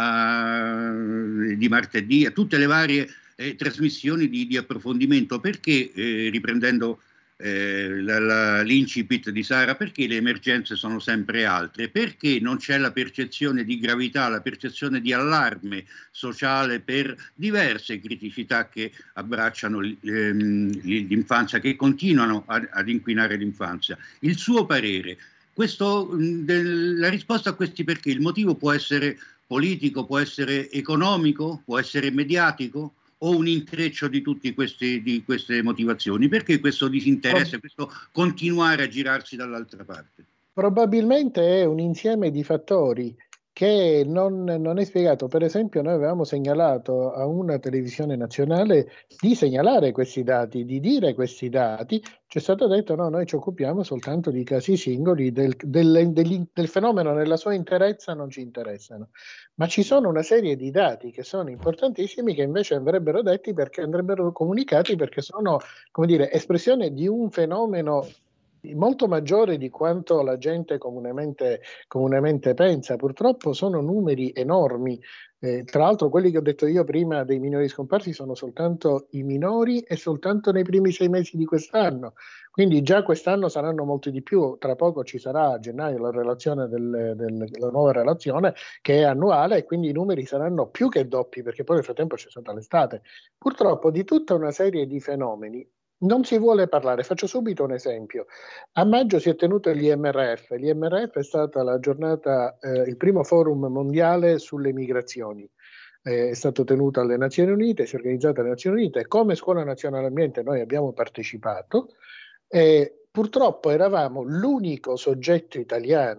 di martedì, a tutte le varie trasmissioni di approfondimento, perché riprendendo l'incipit di Sara, perché le emergenze sono sempre altre, perché non c'è la percezione di gravità, la percezione di allarme sociale per diverse criticità che abbracciano l'infanzia, che continuano ad inquinare l'infanzia. Il suo parere, la risposta a questi perché, il motivo può essere politico, può essere economico, può essere mediatico, o un intreccio di tutte queste motivazioni? Perché questo disinteresse, questo continuare a girarsi dall'altra parte? Probabilmente è un insieme di fattori che non è spiegato. Per esempio, noi avevamo segnalato a una televisione nazionale di segnalare questi dati, di dire questi dati. Ci è stato detto no, noi ci occupiamo soltanto di casi singoli, del fenomeno nella sua interezza non ci interessano. Ma ci sono una serie di dati che sono importantissimi, che invece andrebbero detti, perché andrebbero comunicati, perché sono, come dire, espressione di un fenomeno molto maggiore di quanto la gente comunemente pensa. Purtroppo sono numeri enormi. Tra l'altro quelli che ho detto io prima dei minori scomparsi sono soltanto i minori e soltanto nei primi 6 mesi di quest'anno. Quindi già quest'anno saranno molti di più. Tra poco ci sarà a gennaio la relazione la nuova relazione, che è annuale, e quindi i numeri saranno più che doppi, perché poi nel frattempo c'è stata l'estate. Purtroppo di tutta una serie di fenomeni non si vuole parlare. Faccio subito un esempio. A maggio si è tenuto l'IMRF. L'IMRF è stata la giornata, il primo forum mondiale sulle migrazioni. È stato tenuto alle Nazioni Unite, si è organizzata alle Nazioni Unite. Come Scuola Nazionale Ambiente noi abbiamo partecipato. Purtroppo eravamo l'unico soggetto italiano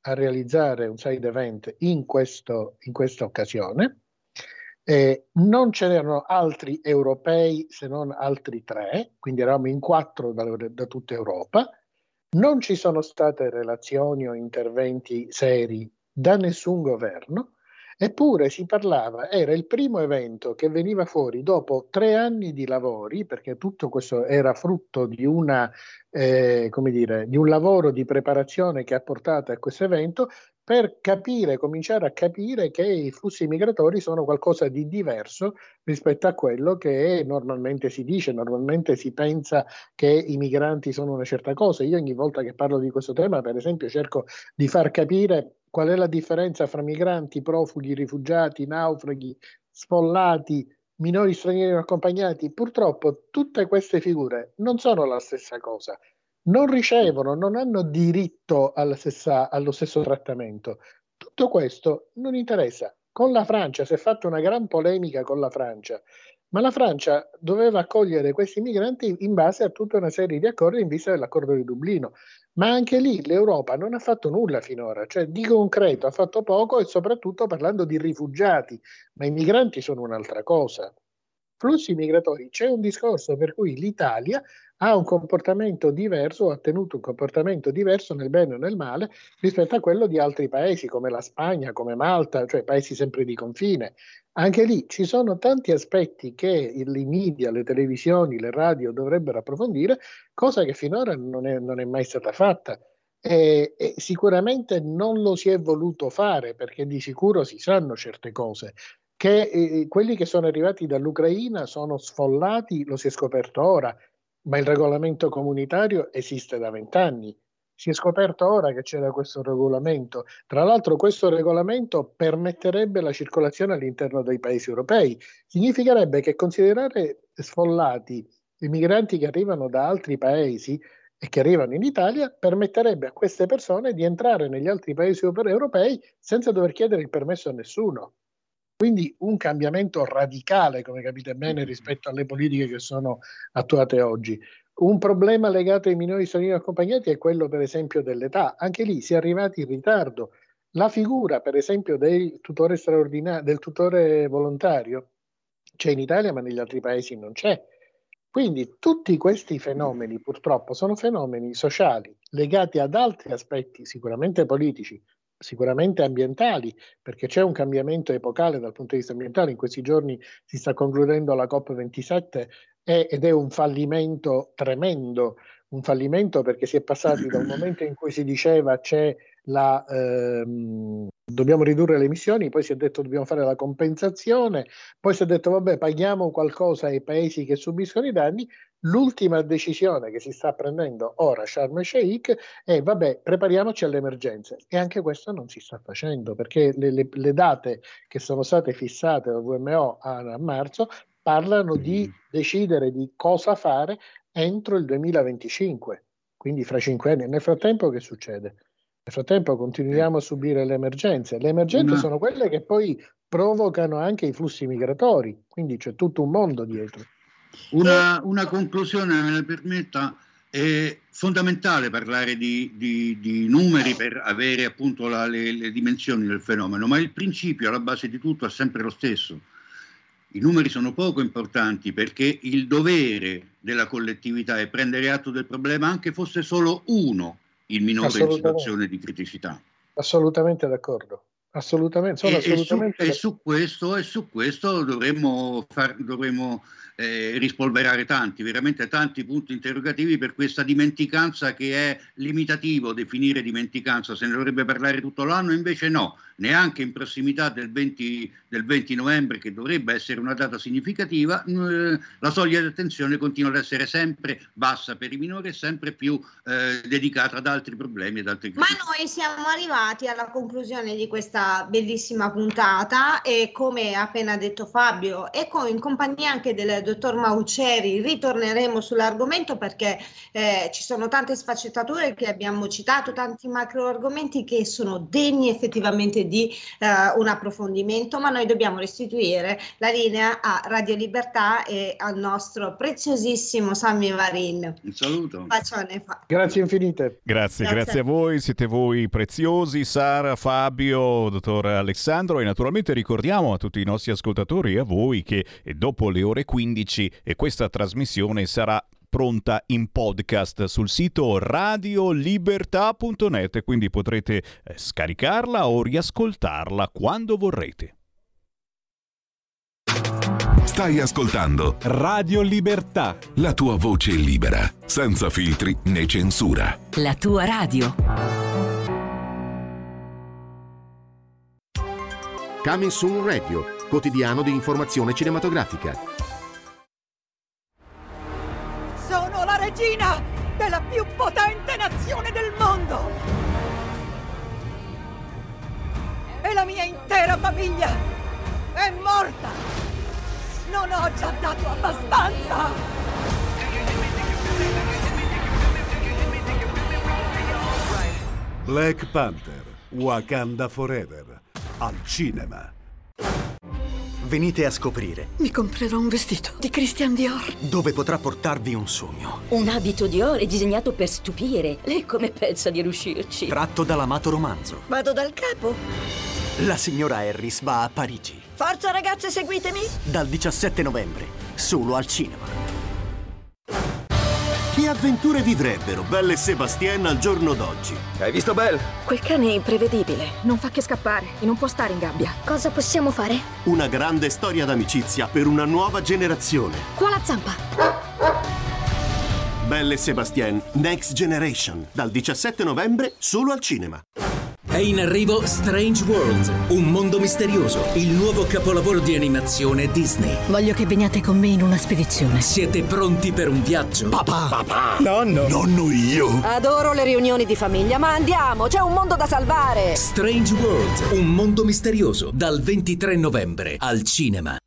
a realizzare un side event in questa occasione. Non c'erano altri europei se non altri 3, quindi eravamo in 4 da tutta Europa. Non ci sono state relazioni o interventi seri da nessun governo, eppure si parlava, era il primo evento che veniva fuori dopo 3 anni di lavori, perché tutto questo era frutto di di un lavoro di preparazione che ha portato a questo evento, per cominciare a capire che i flussi migratori sono qualcosa di diverso rispetto a quello che normalmente si dice. Normalmente si pensa che i migranti sono una certa cosa. Io ogni volta che parlo di questo tema, per esempio, cerco di far capire qual è la differenza fra migranti, profughi, rifugiati, naufraghi, sfollati, minori stranieri non accompagnati. Purtroppo tutte queste figure non sono la stessa cosa. Non ricevono, non hanno diritto allo stesso trattamento. Tutto questo non interessa. Con la Francia si è fatta una gran polemica con la Francia, ma la Francia doveva accogliere questi migranti in base a tutta una serie di accordi in vista dell'accordo di Dublino. Ma anche lì l'Europa non ha fatto nulla finora, cioè di concreto ha fatto poco, e soprattutto parlando di rifugiati, ma i migranti sono un'altra cosa. Flussi migratori, c'è un discorso per cui l'Italia ha un comportamento diverso, ha tenuto un comportamento diverso nel bene o nel male rispetto a quello di altri paesi come la Spagna, come Malta, cioè paesi sempre di confine. Anche lì ci sono tanti aspetti che i media, le televisioni, le radio dovrebbero approfondire, cosa che finora non è mai stata fatta. E sicuramente non lo si è voluto fare, perché di sicuro si sanno certe cose, che quelli che sono arrivati dall'Ucraina sono sfollati, lo si è scoperto ora, ma il regolamento comunitario esiste da 20 anni. Si è scoperto ora che c'era questo regolamento. Tra l'altro questo regolamento permetterebbe la circolazione all'interno dei paesi europei. Significherebbe che considerare sfollati i migranti che arrivano da altri paesi e che arrivano in Italia permetterebbe a queste persone di entrare negli altri paesi europei senza dover chiedere il permesso a nessuno. Quindi un cambiamento radicale, come capite bene, rispetto alle politiche che sono attuate oggi. Un problema legato ai minori stranieri accompagnati è quello, per esempio, dell'età. Anche lì si è arrivati in ritardo. La figura, per esempio, del tutore straordinario, del tutore volontario, c'è in Italia, ma negli altri paesi non c'è. Quindi tutti questi fenomeni, purtroppo, sono fenomeni sociali legati ad altri aspetti, sicuramente politici, sicuramente ambientali, perché c'è un cambiamento epocale dal punto di vista ambientale. In questi giorni si sta concludendo la COP27 ed è un fallimento tremendo, un fallimento perché si è passati da un momento in cui si diceva dobbiamo ridurre le emissioni, poi si è detto dobbiamo fare la compensazione, poi si è detto vabbè, paghiamo qualcosa ai paesi che subiscono i danni. L'ultima decisione che si sta prendendo ora a Sharm el Sheikh è vabbè, prepariamoci alle emergenze, e anche questo non si sta facendo, perché le date che sono state fissate dal WMO a marzo parlano di decidere di cosa fare entro il 2025, quindi fra 5 anni. Nel frattempo che succede? Nel frattempo continuiamo a subire le emergenze. Le emergenze sono quelle che poi provocano anche i flussi migratori, quindi c'è tutto un mondo dietro. Una conclusione, me ne permetta, è fondamentale parlare di numeri per avere appunto le dimensioni del fenomeno, ma il principio alla base di tutto è sempre lo stesso. I numeri sono poco importanti, perché il dovere della collettività è prendere atto del problema, anche fosse solo uno il minore in situazione di criticità. Assolutamente d'accordo. Assolutamente, su questo dovremmo rispolverare veramente tanti punti interrogativi per questa dimenticanza, che è limitativo definire dimenticanza. Se ne dovrebbe parlare tutto l'anno, invece no, neanche in prossimità del 20 novembre, che dovrebbe essere una data significativa. La soglia di attenzione continua ad essere sempre bassa per i minori e sempre più dedicata ad altri problemi, ad altre criticità. Ma noi siamo arrivati alla conclusione di questa questa bellissima puntata e, come ha appena detto Fabio, e in compagnia anche del dottor Mauceri ritorneremo sull'argomento, perché ci sono tante sfaccettature che abbiamo citato, tanti macro argomenti che sono degni effettivamente di un approfondimento, ma noi dobbiamo restituire la linea a Radio Libertà e al nostro preziosissimo Sammy Varin. Un saluto. Bacione. Grazie infinite. Grazie a voi, siete voi preziosi, Sara, Fabio, dottor Alessandro, e naturalmente ricordiamo a tutti i nostri ascoltatori e a voi che dopo le ore 15 questa trasmissione sarà pronta in podcast sul sito radiolibertà.net, quindi potrete scaricarla o riascoltarla quando vorrete. Stai ascoltando Radio Libertà, la tua voce libera, senza filtri né censura. La tua radio. Coming Soon Radio, quotidiano di informazione cinematografica. Sono la regina della più potente nazione del mondo! E la mia intera famiglia è morta! Non ho già dato abbastanza! Black Panther, Wakanda Forever, al cinema. Venite a scoprire Mi comprerò un vestito di Christian Dior. dove potrà portarvi un sogno. Un abito Dior è disegnato per stupire. Lei come pensa di riuscirci? Tratto dall'amato romanzo. Vado dal capo. La signora Harris va a Parigi. Forza ragazze, seguitemi. Dal 17 novembre, solo al cinema. Che avventure vivrebbero Belle e Sebastien al giorno d'oggi? Hai visto Belle? Quel cane è imprevedibile, non fa che scappare e non può stare in gabbia. Cosa possiamo fare? Una grande storia d'amicizia per una nuova generazione. Qua la zampa! Belle e Sebastien Next Generation, dal 17 novembre solo al cinema. È in arrivo Strange World, un mondo misterioso, il nuovo capolavoro di animazione Disney. Voglio che veniate con me in una spedizione. Siete pronti per un viaggio? Papà! Nonno! Nonno io! Adoro le riunioni di famiglia, ma andiamo, c'è un mondo da salvare. Strange World, un mondo misterioso, dal 23 novembre al cinema.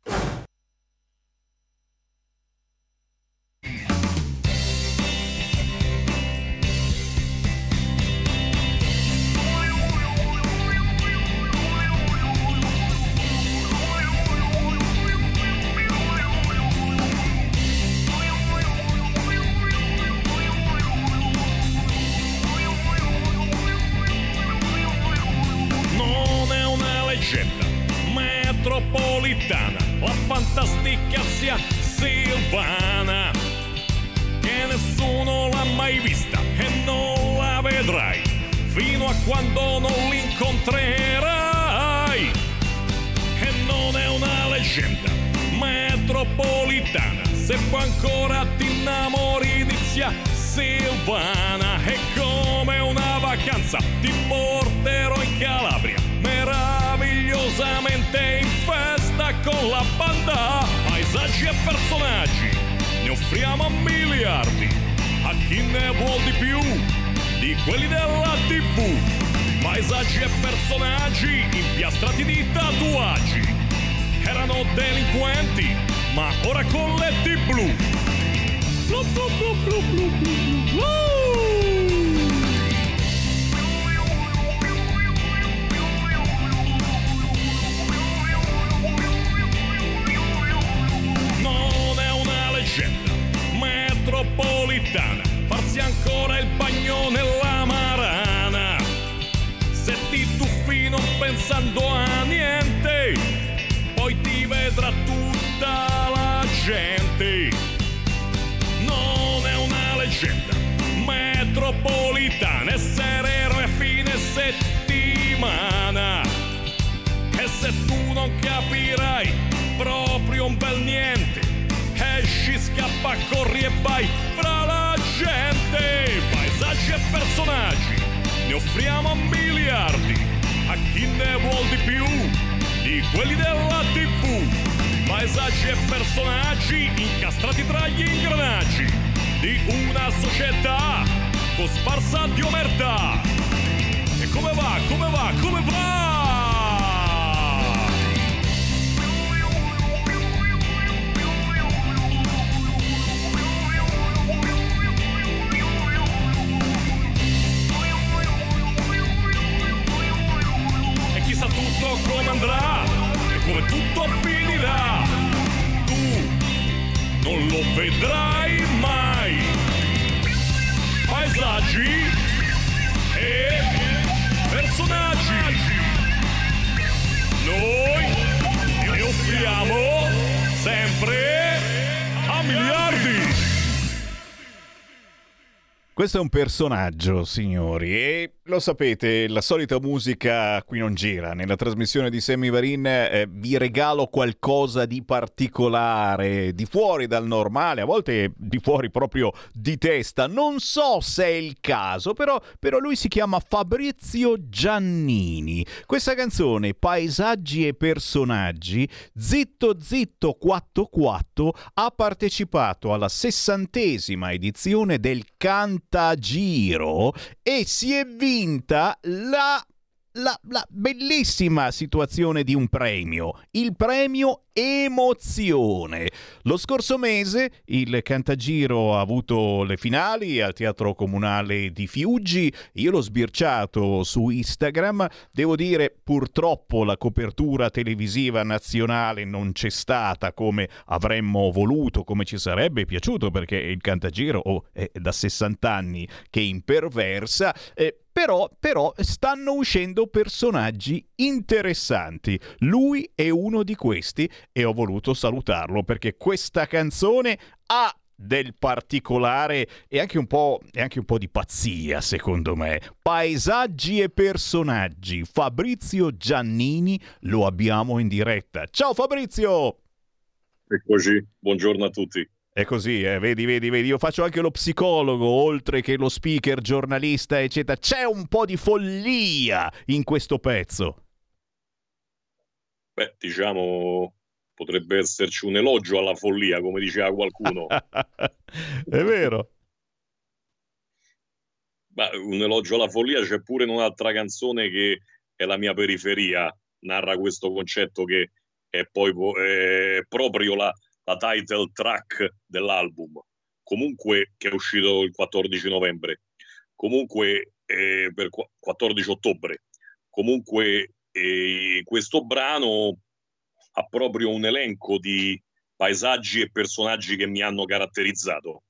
Metropolitana, la fantasticazia Silvana, che nessuno l'ha mai vista e non la vedrai fino a quando non l'incontrerai. E non è una leggenda metropolitana, se poi ancora ti innamori di zia Silvana, è come una vacanza, ti porterò in Calabria meravigliosamente in festa con la banda. Paesaggi e personaggi ne offriamo a miliardi a chi ne vuol di più di quelli della TV. Paesaggi e personaggi impiastrati di tatuaggi, erano delinquenti ma ora con letti blu. Blu blu blu blu blu blu blu. Metropolitana, farsi ancora il bagno nella marana, se ti tuffi non pensando a niente, poi ti vedrà tutta la gente. Non è una leggenda metropolitana, essere eroe a fine settimana, e se tu non capirai proprio un bel niente, esci, scappa, corri e vai fra la gente. Paesaggi e personaggi ne offriamo a miliardi a chi ne vuol di più di quelli della TV. Paesaggi e personaggi incastrati tra gli ingranaggi di una società cosparsa di omertà. E come va, come va, come va? non vedrai mai. Paesaggi e personaggi. Noi ne offriamo sempre a miliardi. Questo è un personaggio, signori, e lo sapete, la solita musica qui non gira. Nella trasmissione di Sammy Varin vi regalo qualcosa di particolare, di fuori dal normale, a volte di fuori proprio di testa. Non so se è il caso, però lui si chiama Fabrizio Giannini. Questa canzone, Paesaggi e personaggi, Zitto Zitto Quatto Quatto, ha partecipato alla 60ª edizione del Cantagiro e si è vinta la bellissima situazione di un premio, il premio Emozione. Lo scorso mese il Cantagiro ha avuto le finali al Teatro Comunale di Fiuggi. Io l'ho sbirciato su Instagram. Devo dire, purtroppo la copertura televisiva nazionale non c'è stata come avremmo voluto, come ci sarebbe piaciuto, perché il Cantagiro è da 60 anni che imperversa. Però stanno uscendo personaggi interessanti. Lui è uno di questi e ho voluto salutarlo perché questa canzone ha del particolare e anche un po' di pazzia, secondo me. Paesaggi e personaggi. Fabrizio Giannini lo abbiamo in diretta. Ciao Fabrizio! Eccoci, buongiorno a tutti. È così, vedi, io faccio anche lo psicologo, oltre che lo speaker, giornalista, eccetera. C'è un po' di follia in questo pezzo. Beh, diciamo, potrebbe esserci un elogio alla follia, come diceva qualcuno. È vero. Beh, un elogio alla follia c'è pure in un'altra canzone che è La mia periferia, narra questo concetto che è poi proprio la title track dell'album, comunque, che è uscito il 14 novembre, comunque per 14 ottobre. Comunque questo brano ha proprio un elenco di paesaggi e personaggi che mi hanno caratterizzato.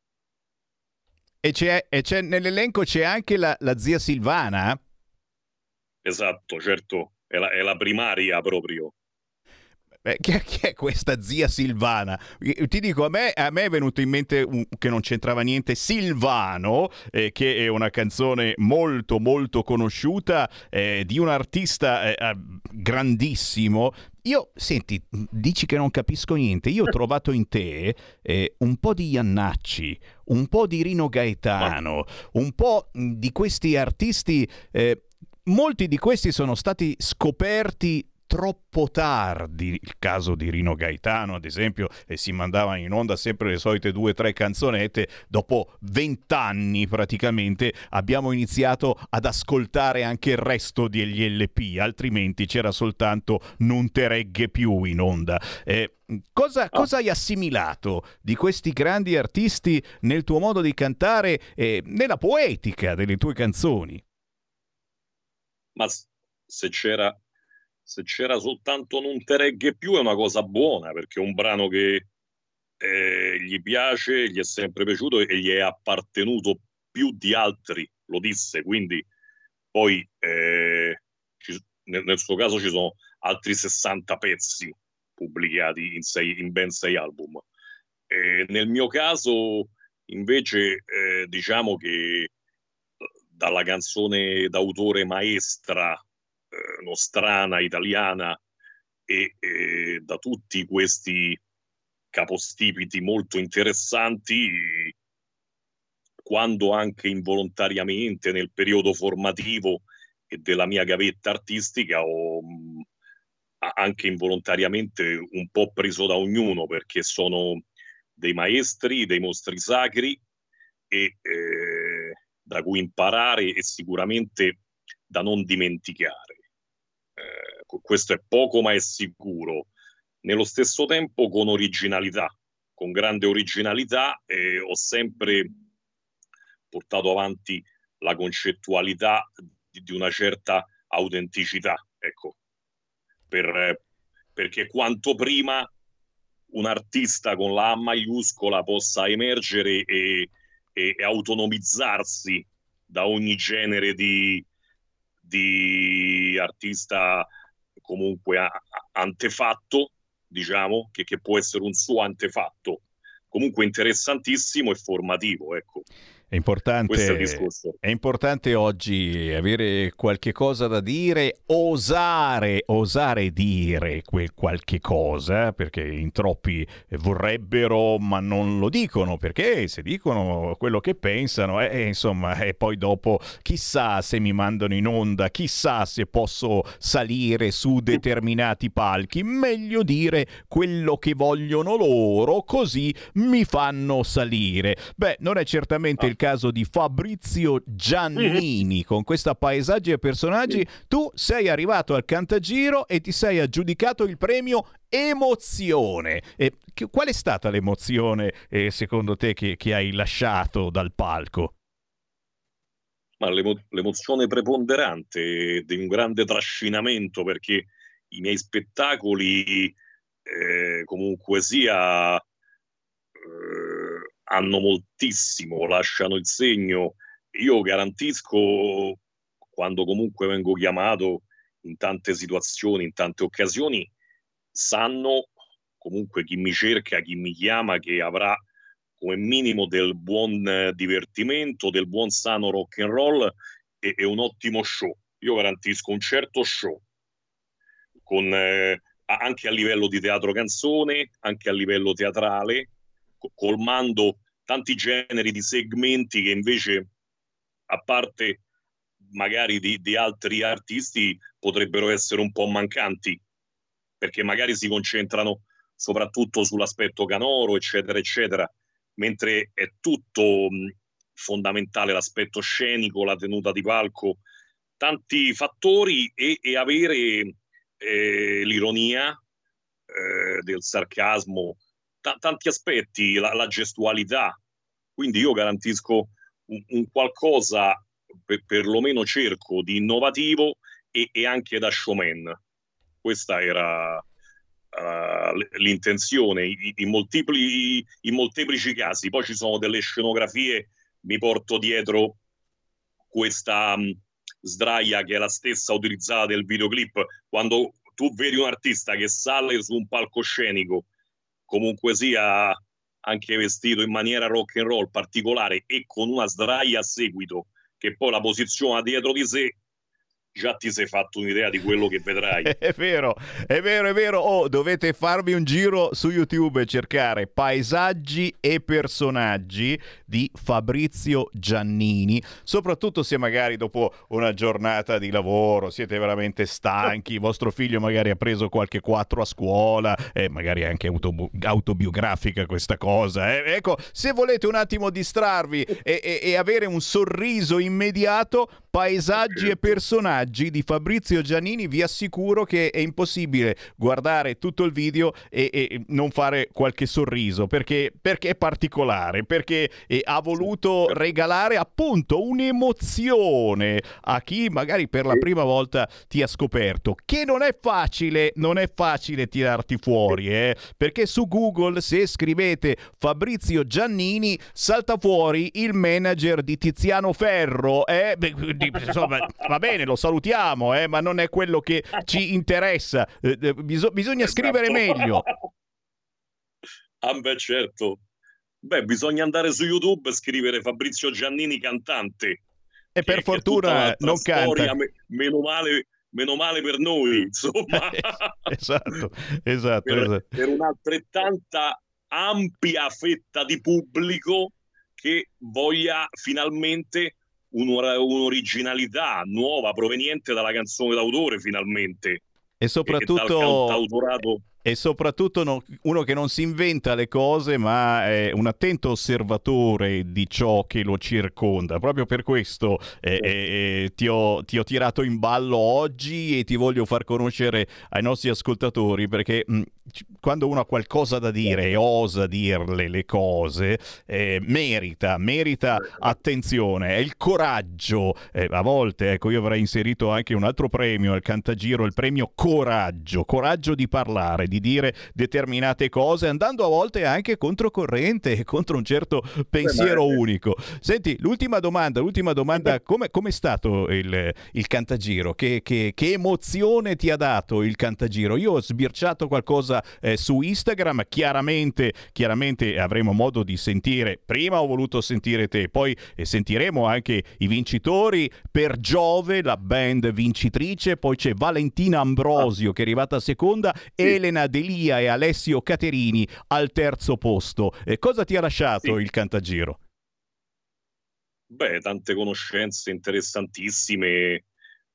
E c'è nell'elenco c'è anche la zia Silvana? Esatto, certo, è la primaria proprio. Chi è questa zia Silvana? Ti dico, a me è venuto in mente che non c'entrava niente, Silvano, che è una canzone molto molto conosciuta di un artista grandissimo. Senti, dici che non capisco niente. Io ho trovato in te un po' di Iannacci, un po' di Rino Gaetano, un po' di questi artisti. Molti di questi sono stati scoperti troppo tardi. Il caso di Rino Gaetano, ad esempio, si mandava in onda sempre le solite 2 o 3 canzonette. Dopo 20 anni praticamente abbiamo iniziato ad ascoltare anche il resto degli LP, altrimenti c'era soltanto Non te regge più in onda. Cosa hai assimilato di questi grandi artisti nel tuo modo di cantare e nella poetica delle tue canzoni? Ma se c'era soltanto Non te regge più è una cosa buona, perché è un brano che gli piace, gli è sempre piaciuto e gli è appartenuto più di altri, lo disse. Quindi poi nel suo caso ci sono altri 60 pezzi pubblicati in ben 6 album. Nel mio caso invece diciamo che dalla canzone d'autore maestra nostrana, italiana e da tutti questi capostipiti molto interessanti, quando anche involontariamente nel periodo formativo e della mia gavetta artistica ho anche involontariamente un po' preso da ognuno, perché sono dei maestri, dei mostri sacri e da cui imparare e sicuramente da non dimenticare. Questo è poco ma è sicuro. Nello stesso tempo con originalità, con grande originalità, ho sempre portato avanti la concettualità di una certa autenticità, ecco, perché quanto prima un artista con la A maiuscola possa emergere e autonomizzarsi da ogni genere di artista comunque antefatto, diciamo, che può essere un suo antefatto, comunque interessantissimo e formativo, ecco. È importante oggi avere qualche cosa da dire, osare dire qualche cosa, perché in troppi vorrebbero ma non lo dicono, perché se dicono quello che pensano, insomma, e poi dopo chissà se mi mandano in onda, chissà se posso salire su determinati palchi, meglio dire quello che vogliono loro, così mi fanno salire. Beh, non è certamente il caso di Fabrizio Giannini con questa Paesaggi e personaggi. Tu sei arrivato al Cantagiro e ti sei aggiudicato il premio Emozione. Qual è stata l'emozione secondo te che hai lasciato dal palco? Ma l'emozione preponderante di un grande trascinamento, perché i miei spettacoli comunque sia hanno moltissimo, lasciano il segno. Io garantisco, quando comunque vengo chiamato in tante situazioni, in tante occasioni, sanno comunque chi mi cerca, chi mi chiama, che avrà come minimo del buon divertimento, del buon sano rock and roll e un ottimo show. Io garantisco un certo show, con, anche a livello di teatro canzone, anche a livello teatrale, colmando tanti generi di segmenti che invece, a parte magari di altri artisti, potrebbero essere un po' mancanti, perché magari si concentrano soprattutto sull'aspetto canoro, eccetera, eccetera, mentre è tutto fondamentale l'aspetto scenico, la tenuta di palco, tanti fattori e avere l'ironia, del sarcasmo, tanti aspetti, la gestualità. Quindi io garantisco un qualcosa, perlomeno cerco, di innovativo e anche da showman. Questa era l'intenzione in molteplici casi. Poi ci sono delle scenografie, mi porto dietro questa sdraia che è la stessa utilizzata del videoclip. Quando tu vedi un artista che sale su un palcoscenico, comunque sia anche vestito in maniera rock and roll particolare e con una sdraia a seguito, che poi la posiziona dietro di sé, già ti sei fatto un'idea di quello che vedrai. È vero. Oh, dovete farvi un giro su YouTube e cercare Paesaggi e personaggi di Fabrizio Giannini, soprattutto se magari dopo una giornata di lavoro siete veramente stanchi, vostro figlio magari ha preso qualche 4 a scuola, magari è anche autobiografica questa cosa. Ecco, se volete un attimo distrarvi e avere un sorriso immediato, Paesaggi e personaggi di Fabrizio Giannini, vi assicuro che è impossibile guardare tutto il video e non fare qualche sorriso, perché è particolare, perché ha voluto regalare appunto un'emozione a chi magari per la prima volta ti ha scoperto, che non è facile tirarti fuori, perché su Google, se scrivete Fabrizio Giannini, salta fuori il manager di Tiziano Ferro, insomma, va bene, lo salutiamo, ma non è quello che ci interessa. Bisogna scrivere meglio. Ah beh, certo. Beh, bisogna andare su YouTube e scrivere Fabrizio Giannini cantante. E per fortuna non canta. Meno male per noi, insomma. Esatto. Per un'altrettanta ampia fetta di pubblico che voglia finalmente un'originalità nuova proveniente dalla canzone d'autore, finalmente, e soprattutto uno che non si inventa le cose, ma è un attento osservatore di ciò che lo circonda. Proprio per questo ti ho tirato in ballo oggi e ti voglio far conoscere ai nostri ascoltatori, perché quando uno ha qualcosa da dire e osa dirle le cose, merita attenzione, è il coraggio. A volte, ecco, io avrei inserito anche un altro premio al Cantagiro, il premio coraggio di parlare, di dire determinate cose, andando a volte anche controcorrente e contro un certo pensiero unico. Senti, l'ultima domanda, come è stato il Cantagiro? Che emozione ti ha dato il Cantagiro? Io ho sbirciato qualcosa su Instagram, chiaramente avremo modo di sentire. Prima ho voluto sentire te, poi sentiremo anche i vincitori per Giove, la band vincitrice, poi c'è Valentina Ambrosio che è arrivata seconda, Elena Delia e Alessio Caterini al terzo posto. Cosa ti ha lasciato il Cantagiro? Beh, tante conoscenze interessantissime,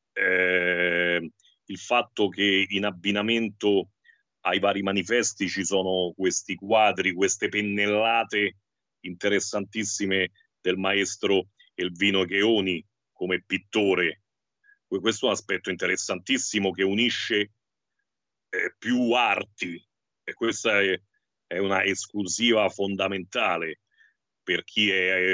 il fatto che in abbinamento ai vari manifesti ci sono questi quadri, queste pennellate interessantissime del maestro Elvino Cheoni come pittore. Questo è un aspetto interessantissimo che unisce più arti, e questa è una esclusiva fondamentale per chi è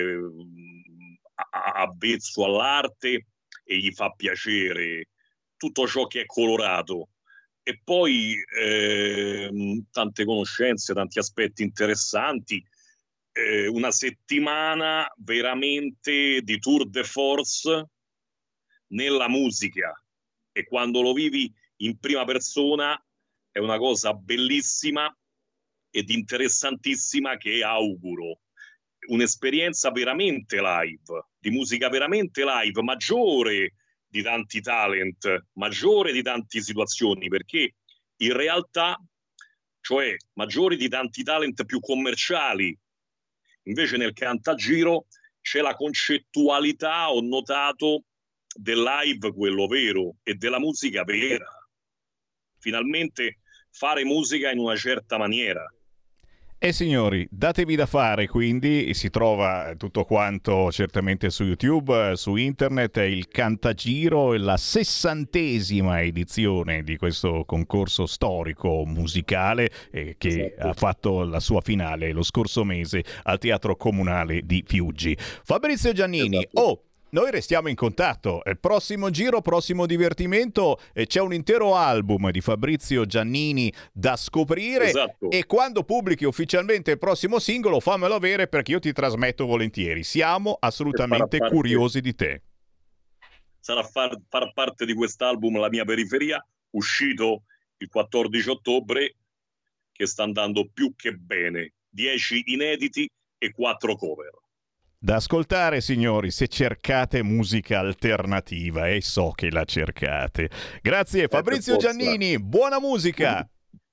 avvezzo all'arte e gli fa piacere tutto ciò che è colorato. E poi tante conoscenze, tanti aspetti interessanti, una settimana veramente di tour de force nella musica, e quando lo vivi in prima persona è una cosa bellissima ed interessantissima che auguro. Un'esperienza veramente live, di musica veramente live, maggiore di tanti talent, maggiore di tante situazioni, perché in realtà, cioè maggiore di tanti talent più commerciali, invece nel Cantagiro c'è la concettualità, ho notato, del live, quello vero, e della musica vera. Finalmente fare musica in una certa maniera. Signori, datevi da fare, quindi si trova tutto quanto certamente su YouTube, su internet, il Cantagiro, la 60ª edizione di questo concorso storico musicale che ha fatto la sua finale lo scorso mese al Teatro Comunale di Fiuggi. Fabrizio Giannini, noi restiamo in contatto. Prossimo giro, prossimo divertimento, c'è un intero album di Fabrizio Giannini da scoprire, e quando pubblichi ufficialmente il prossimo singolo fammelo avere, perché io ti trasmetto volentieri. Siamo assolutamente curiosi di te. Sarà far parte di quest'album La mia periferia, uscito il 14 ottobre, che sta andando più che bene. 10 inediti e 4 cover. Da ascoltare, signori, se cercate musica alternativa, e so che la cercate. Grazie Fabrizio Giannini, buona musica!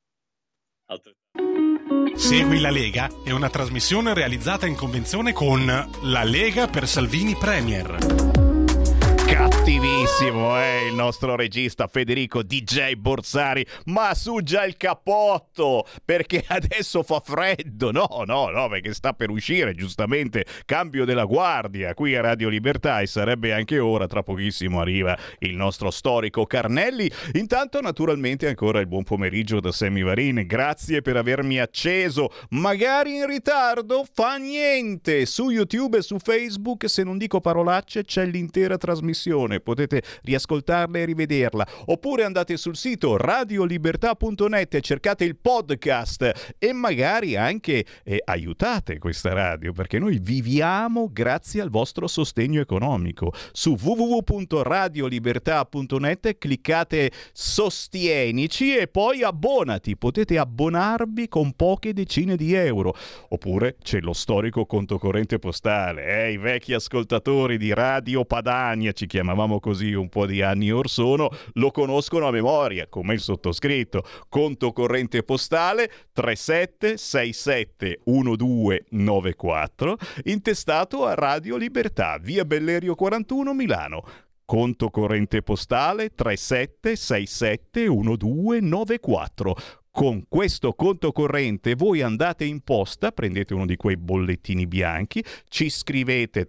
Segui la Lega è una trasmissione realizzata in convenzione con La Lega per Salvini Premier. Cattivissimo, il nostro regista Federico DJ Borsari, ma su già il cappotto, perché adesso fa freddo. No, perché sta per uscire, giustamente, cambio della guardia qui a Radio Libertà, e sarebbe anche ora, tra pochissimo arriva il nostro storico Carnelli. Intanto naturalmente ancora il buon pomeriggio da Sammy Varin, grazie per avermi acceso, magari in ritardo, fa niente, su YouTube e su Facebook, se non dico parolacce, c'è l'intera trasmissione, potete riascoltarla e rivederla, oppure andate sul sito radiolibertà.net e cercate il podcast, e magari anche aiutate questa radio, perché noi viviamo grazie al vostro sostegno economico. Su www.radiolibertà.net cliccate sostienici e poi abbonati, potete abbonarvi con poche decine di euro, oppure c'è lo storico conto corrente postale, i vecchi ascoltatori di Radio Padania, ci chiamavamo così un po' di anni or sono, lo conoscono a memoria, come il sottoscritto. Conto corrente postale 37671294, intestato a Radio Libertà, via Bellerio 41, Milano. Conto corrente postale 37671294. Con questo conto corrente voi andate in posta, prendete uno di quei bollettini bianchi, ci scrivete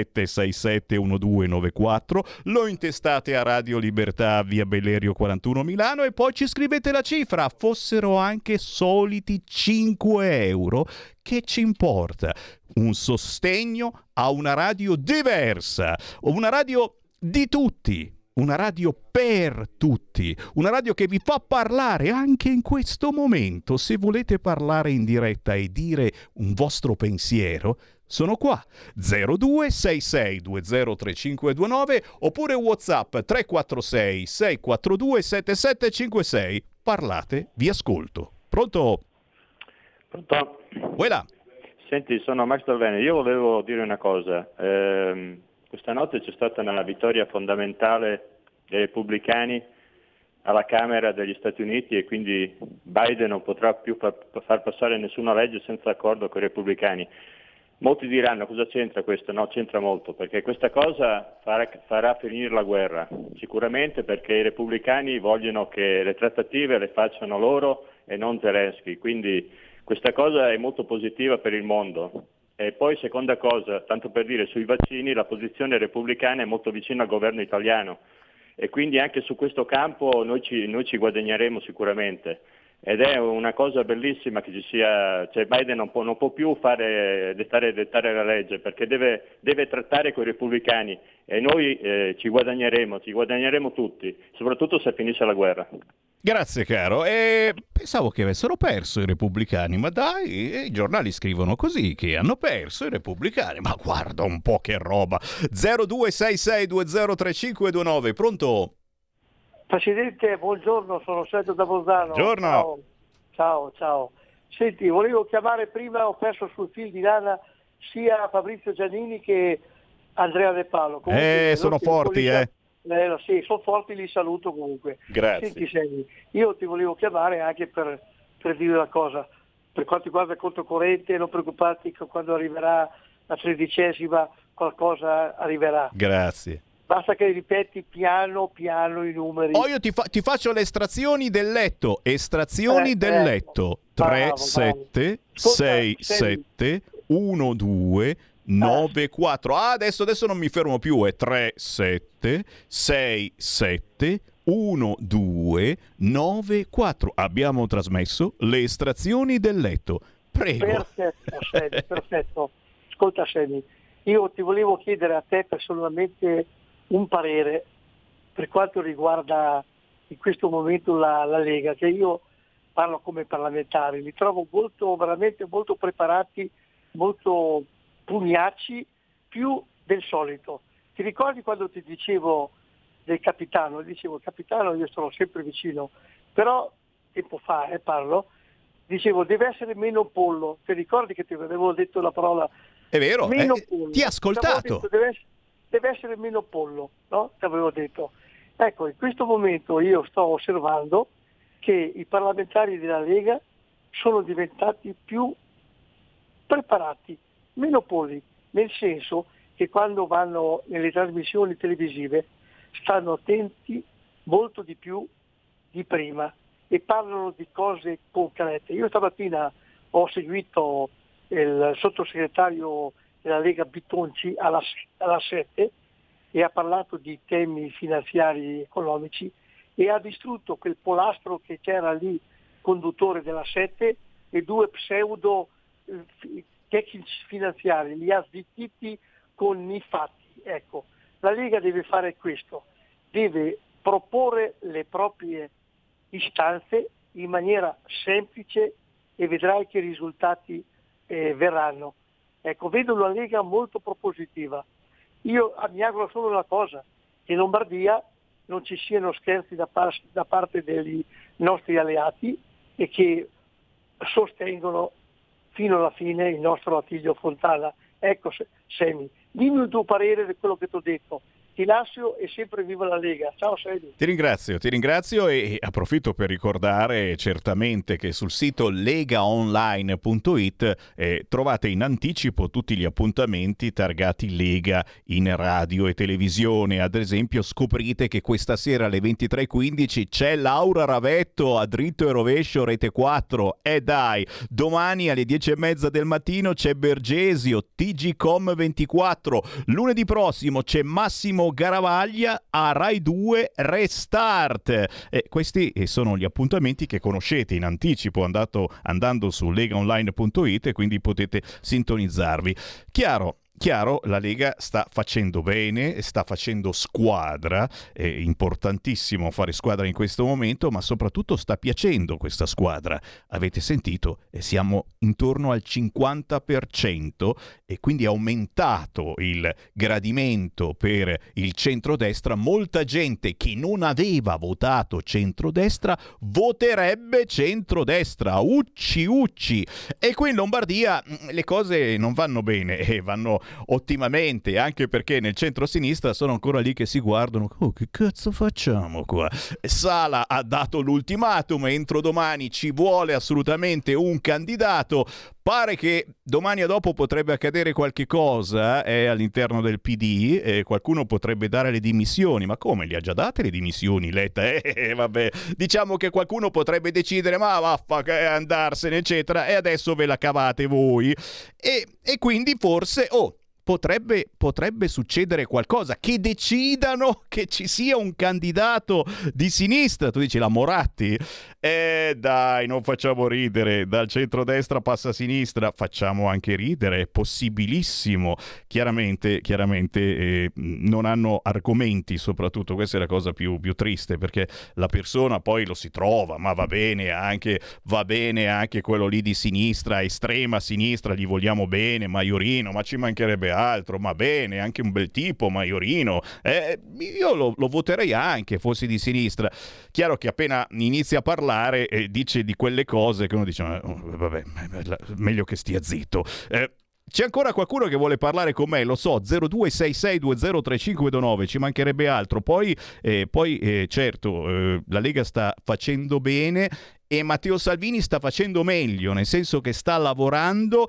37671294, lo intestate a Radio Libertà, via Bellerio 41 Milano, e poi ci scrivete la cifra, fossero anche soliti 5 euro, che ci importa? Un sostegno a una radio diversa, una radio di tutti. Una radio per tutti, una radio che vi fa parlare anche in questo momento. Se volete parlare in diretta e dire un vostro pensiero, sono qua, 0266203529 oppure WhatsApp 346 642 7756. Parlate, vi ascolto. Pronto? Pronto? Voilà. Senti, sono Max Dalvene. Io volevo dire una cosa. Questa notte c'è stata una vittoria fondamentale dei repubblicani alla Camera degli Stati Uniti e quindi Biden non potrà più far passare nessuna legge senza accordo con i repubblicani. Molti diranno cosa c'entra questo? No, c'entra molto, perché questa cosa farà finire la guerra, sicuramente, perché i repubblicani vogliono che le trattative le facciano loro e non Zelensky, quindi questa cosa è molto positiva per il mondo. E poi seconda cosa, tanto per dire, sui vaccini la posizione repubblicana è molto vicina al governo italiano e quindi anche su questo campo noi ci guadagneremo sicuramente. Ed è una cosa bellissima che ci sia, cioè Biden non può più dettare la legge, perché deve trattare con i repubblicani e noi ci guadagneremo tutti, soprattutto se finisce la guerra. Grazie caro, pensavo che avessero perso i repubblicani, ma dai, i giornali scrivono così, che hanno perso i repubblicani, ma guarda un po' che roba. 0266203529, pronto? Presidente, buongiorno, sono Sergio da Bolzano. Buongiorno. Ciao. Senti, volevo chiamare prima, ho perso sul fil di lana sia Fabrizio Giannini che Andrea De Palo. Comunque, sono forti, sì, sono forti, li saluto comunque. Grazie. Senti, io ti volevo chiamare anche per dire una cosa. Per quanto riguarda il conto corrente, non preoccuparti che quando arriverà la 13ª qualcosa arriverà. Grazie. Basta che ripeti piano piano i numeri. Io ti faccio le estrazioni del letto. Estrazioni del letto. 3, 7, 6, 7, 1, 2, 9, 4. Adesso non mi fermo più. È 3, 7, 6, 7, 1, 2, 9, 4. Abbiamo trasmesso le estrazioni del letto. Prego. Perfetto. Ascolta Semi, io ti volevo chiedere a te personalmente un parere per quanto riguarda in questo momento la Lega, che io parlo come parlamentari, li trovo veramente molto preparati, molto pugnacci, più del solito. Ti ricordi quando ti dicevo del capitano? Dicevo, capitano, io sono sempre vicino, però tempo fa parlo, dicevo deve essere meno pollo. Ti ricordi che ti avevo detto la parola? È vero, meno pollo. Ti ha ascoltato. Deve essere meno pollo, no? Ti avevo detto. Ecco, in questo momento io sto osservando che i parlamentari della Lega sono diventati più preparati, meno polli, nel senso che quando vanno nelle trasmissioni televisive stanno attenti molto di più di prima e parlano di cose concrete. Io stamattina ho seguito il sottosegretario della Lega Bitonci alla 7 e ha parlato di temi finanziari economici e ha distrutto quel polastro che c'era lì, conduttore della 7, e due pseudo tecnici finanziari, li ha zittiti con i fatti. Ecco, la Lega deve fare questo, deve proporre le proprie istanze in maniera semplice e vedrai che i risultati verranno. Ecco, vedo una Lega molto propositiva. Io mi auguro solo una cosa, che in Lombardia non ci siano scherzi da parte dei nostri alleati e che sostengono fino alla fine il nostro Attilio Fontana. Ecco, Semi, dimmi il tuo parere di quello che ti ho detto Ti lascio e sempre viva la Lega. Ciao Sedi. Ti ringrazio e approfitto per ricordare certamente che sul sito legaonline.it trovate in anticipo tutti gli appuntamenti targati Lega in radio e televisione. Ad esempio scoprite che questa sera alle 23:15 c'è Laura Ravetto a Dritto e Rovescio Rete 4. Dai, domani alle 10:30 del mattino c'è Bergesio, TGcom 24. Lunedì prossimo c'è Massimo Garavaglia a Rai 2 Restart. Questi sono gli appuntamenti che conoscete in anticipo andando su legaonline.it, e quindi potete sintonizzarvi. Chiaro, la Lega sta facendo bene, sta facendo squadra, è importantissimo fare squadra in questo momento, ma soprattutto sta piacendo questa squadra. Avete sentito? Siamo intorno al 50% e quindi è aumentato il gradimento per il centrodestra. Molta gente che non aveva votato centrodestra voterebbe centrodestra. Ucci! E qui in Lombardia le cose non vanno bene, vanno ottimamente, anche perché nel centro-sinistra sono ancora lì che si guardano. Che cazzo facciamo qua? Sala ha dato l'ultimatum, entro domani ci vuole assolutamente un candidato. Pare che domani o dopo potrebbe accadere qualche cosa all'interno del PD, qualcuno potrebbe dare le dimissioni. Ma come, le ha già date le dimissioni Letta? Vabbè, diciamo che qualcuno potrebbe decidere ma vaffa andarsene eccetera, e adesso ve la cavate voi, e quindi forse potrebbe succedere qualcosa, che decidano che ci sia un candidato di sinistra. Tu dici la Moratti? Dai, non facciamo ridere, dal centrodestra passa a sinistra, facciamo anche ridere, è possibilissimo. Chiaramente non hanno argomenti, soprattutto questa è la cosa più triste, perché la persona poi lo si trova, ma va bene anche quello lì di sinistra, estrema sinistra, gli vogliamo bene, Maiorino, ma ci mancherebbe altro, ma bene, anche un bel tipo Maiorino, io lo voterei anche fossi di sinistra. Chiaro che appena inizia a parlare dice di quelle cose che uno dice vabbè, meglio che stia zitto. C'è ancora qualcuno che vuole parlare con me, lo so, 0266203529, ci mancherebbe altro. Poi certo, la Lega sta facendo bene e Matteo Salvini sta facendo meglio, nel senso che sta lavorando,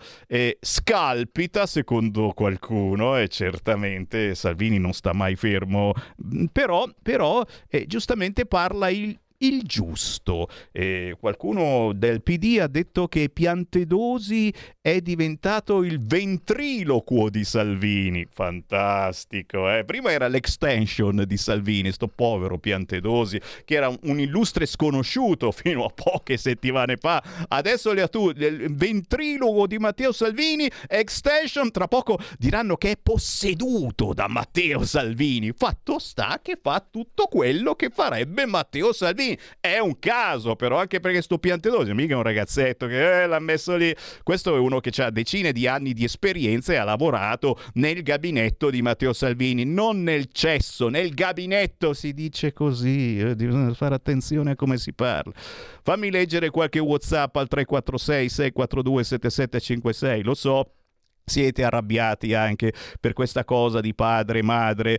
scalpita secondo qualcuno, e certamente Salvini non sta mai fermo, però giustamente parla il giusto. Qualcuno del PD ha detto che Piantedosi è diventato il ventriloquo di Salvini. Fantastico, Prima era l'extension di Salvini, sto povero Piantedosi, che era un illustre sconosciuto fino a poche settimane fa. Adesso il ventriloquo di Matteo Salvini, extension, tra poco diranno che è posseduto da Matteo Salvini. Fatto sta che fa tutto quello che farebbe Matteo Salvini. È un caso, però, anche perché sto Piantedosi mica è un ragazzetto che l'ha messo lì. Questo è uno che ha decine di anni di esperienza e ha lavorato nel gabinetto di Matteo Salvini, non nel cesso, nel gabinetto, si dice così, bisogna fare attenzione a come si parla. Fammi leggere qualche WhatsApp al 346 642 7756. Lo so, siete arrabbiati anche per questa cosa di padre e madre,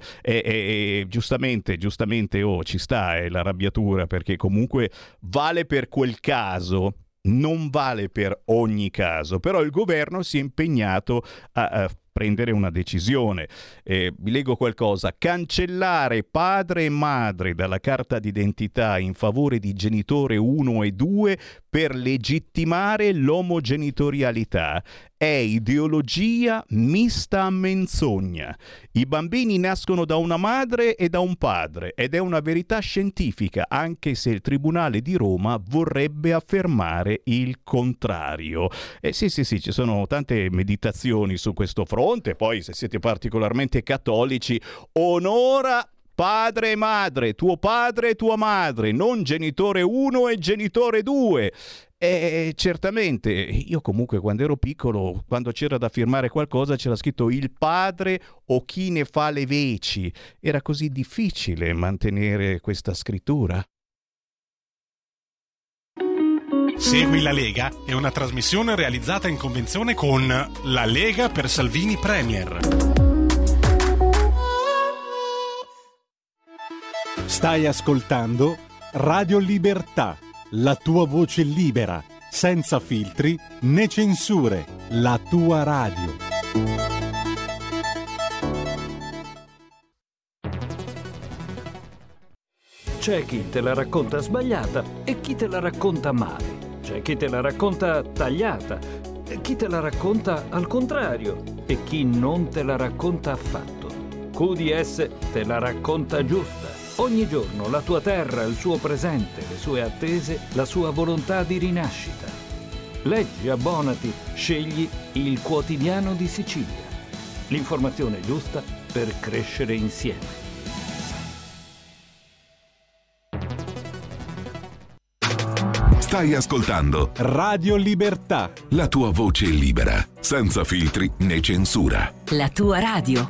e giustamente ci sta l'arrabbiatura, perché comunque vale per quel caso, non vale per ogni caso. Però il governo si è impegnato a prendere una decisione. Vi leggo qualcosa: cancellare padre e madre dalla carta d'identità in favore di genitore 1 e 2 per legittimare l'omogenitorialità è ideologia mista a menzogna. I bambini nascono da una madre e da un padre ed è una verità scientifica, anche se il Tribunale di Roma vorrebbe affermare il contrario. Sì, ci sono tante meditazioni su questo fronte. Poi, se siete particolarmente cattolici, onora padre e madre, tuo padre e tua madre, non genitore 1 e genitore 2. Certamente, io comunque quando ero piccolo, quando c'era da firmare qualcosa c'era scritto il padre o chi ne fa le veci. Era così difficile mantenere questa scrittura. Segui la Lega è una trasmissione realizzata in convenzione con La Lega per Salvini Premier. Stai ascoltando Radio Libertà, la tua voce libera, senza filtri né censure, la tua radio. C'è chi te la racconta sbagliata e chi te la racconta male. C'è chi te la racconta tagliata e chi te la racconta al contrario e chi non te la racconta affatto. QDS te la racconta giusta. Ogni giorno la tua terra, il suo presente, le sue attese, la sua volontà di rinascita. Leggi, abbonati, scegli il Quotidiano di Sicilia. L'informazione giusta per crescere insieme. Stai ascoltando Radio Libertà, la tua voce libera, senza filtri né censura. La tua radio.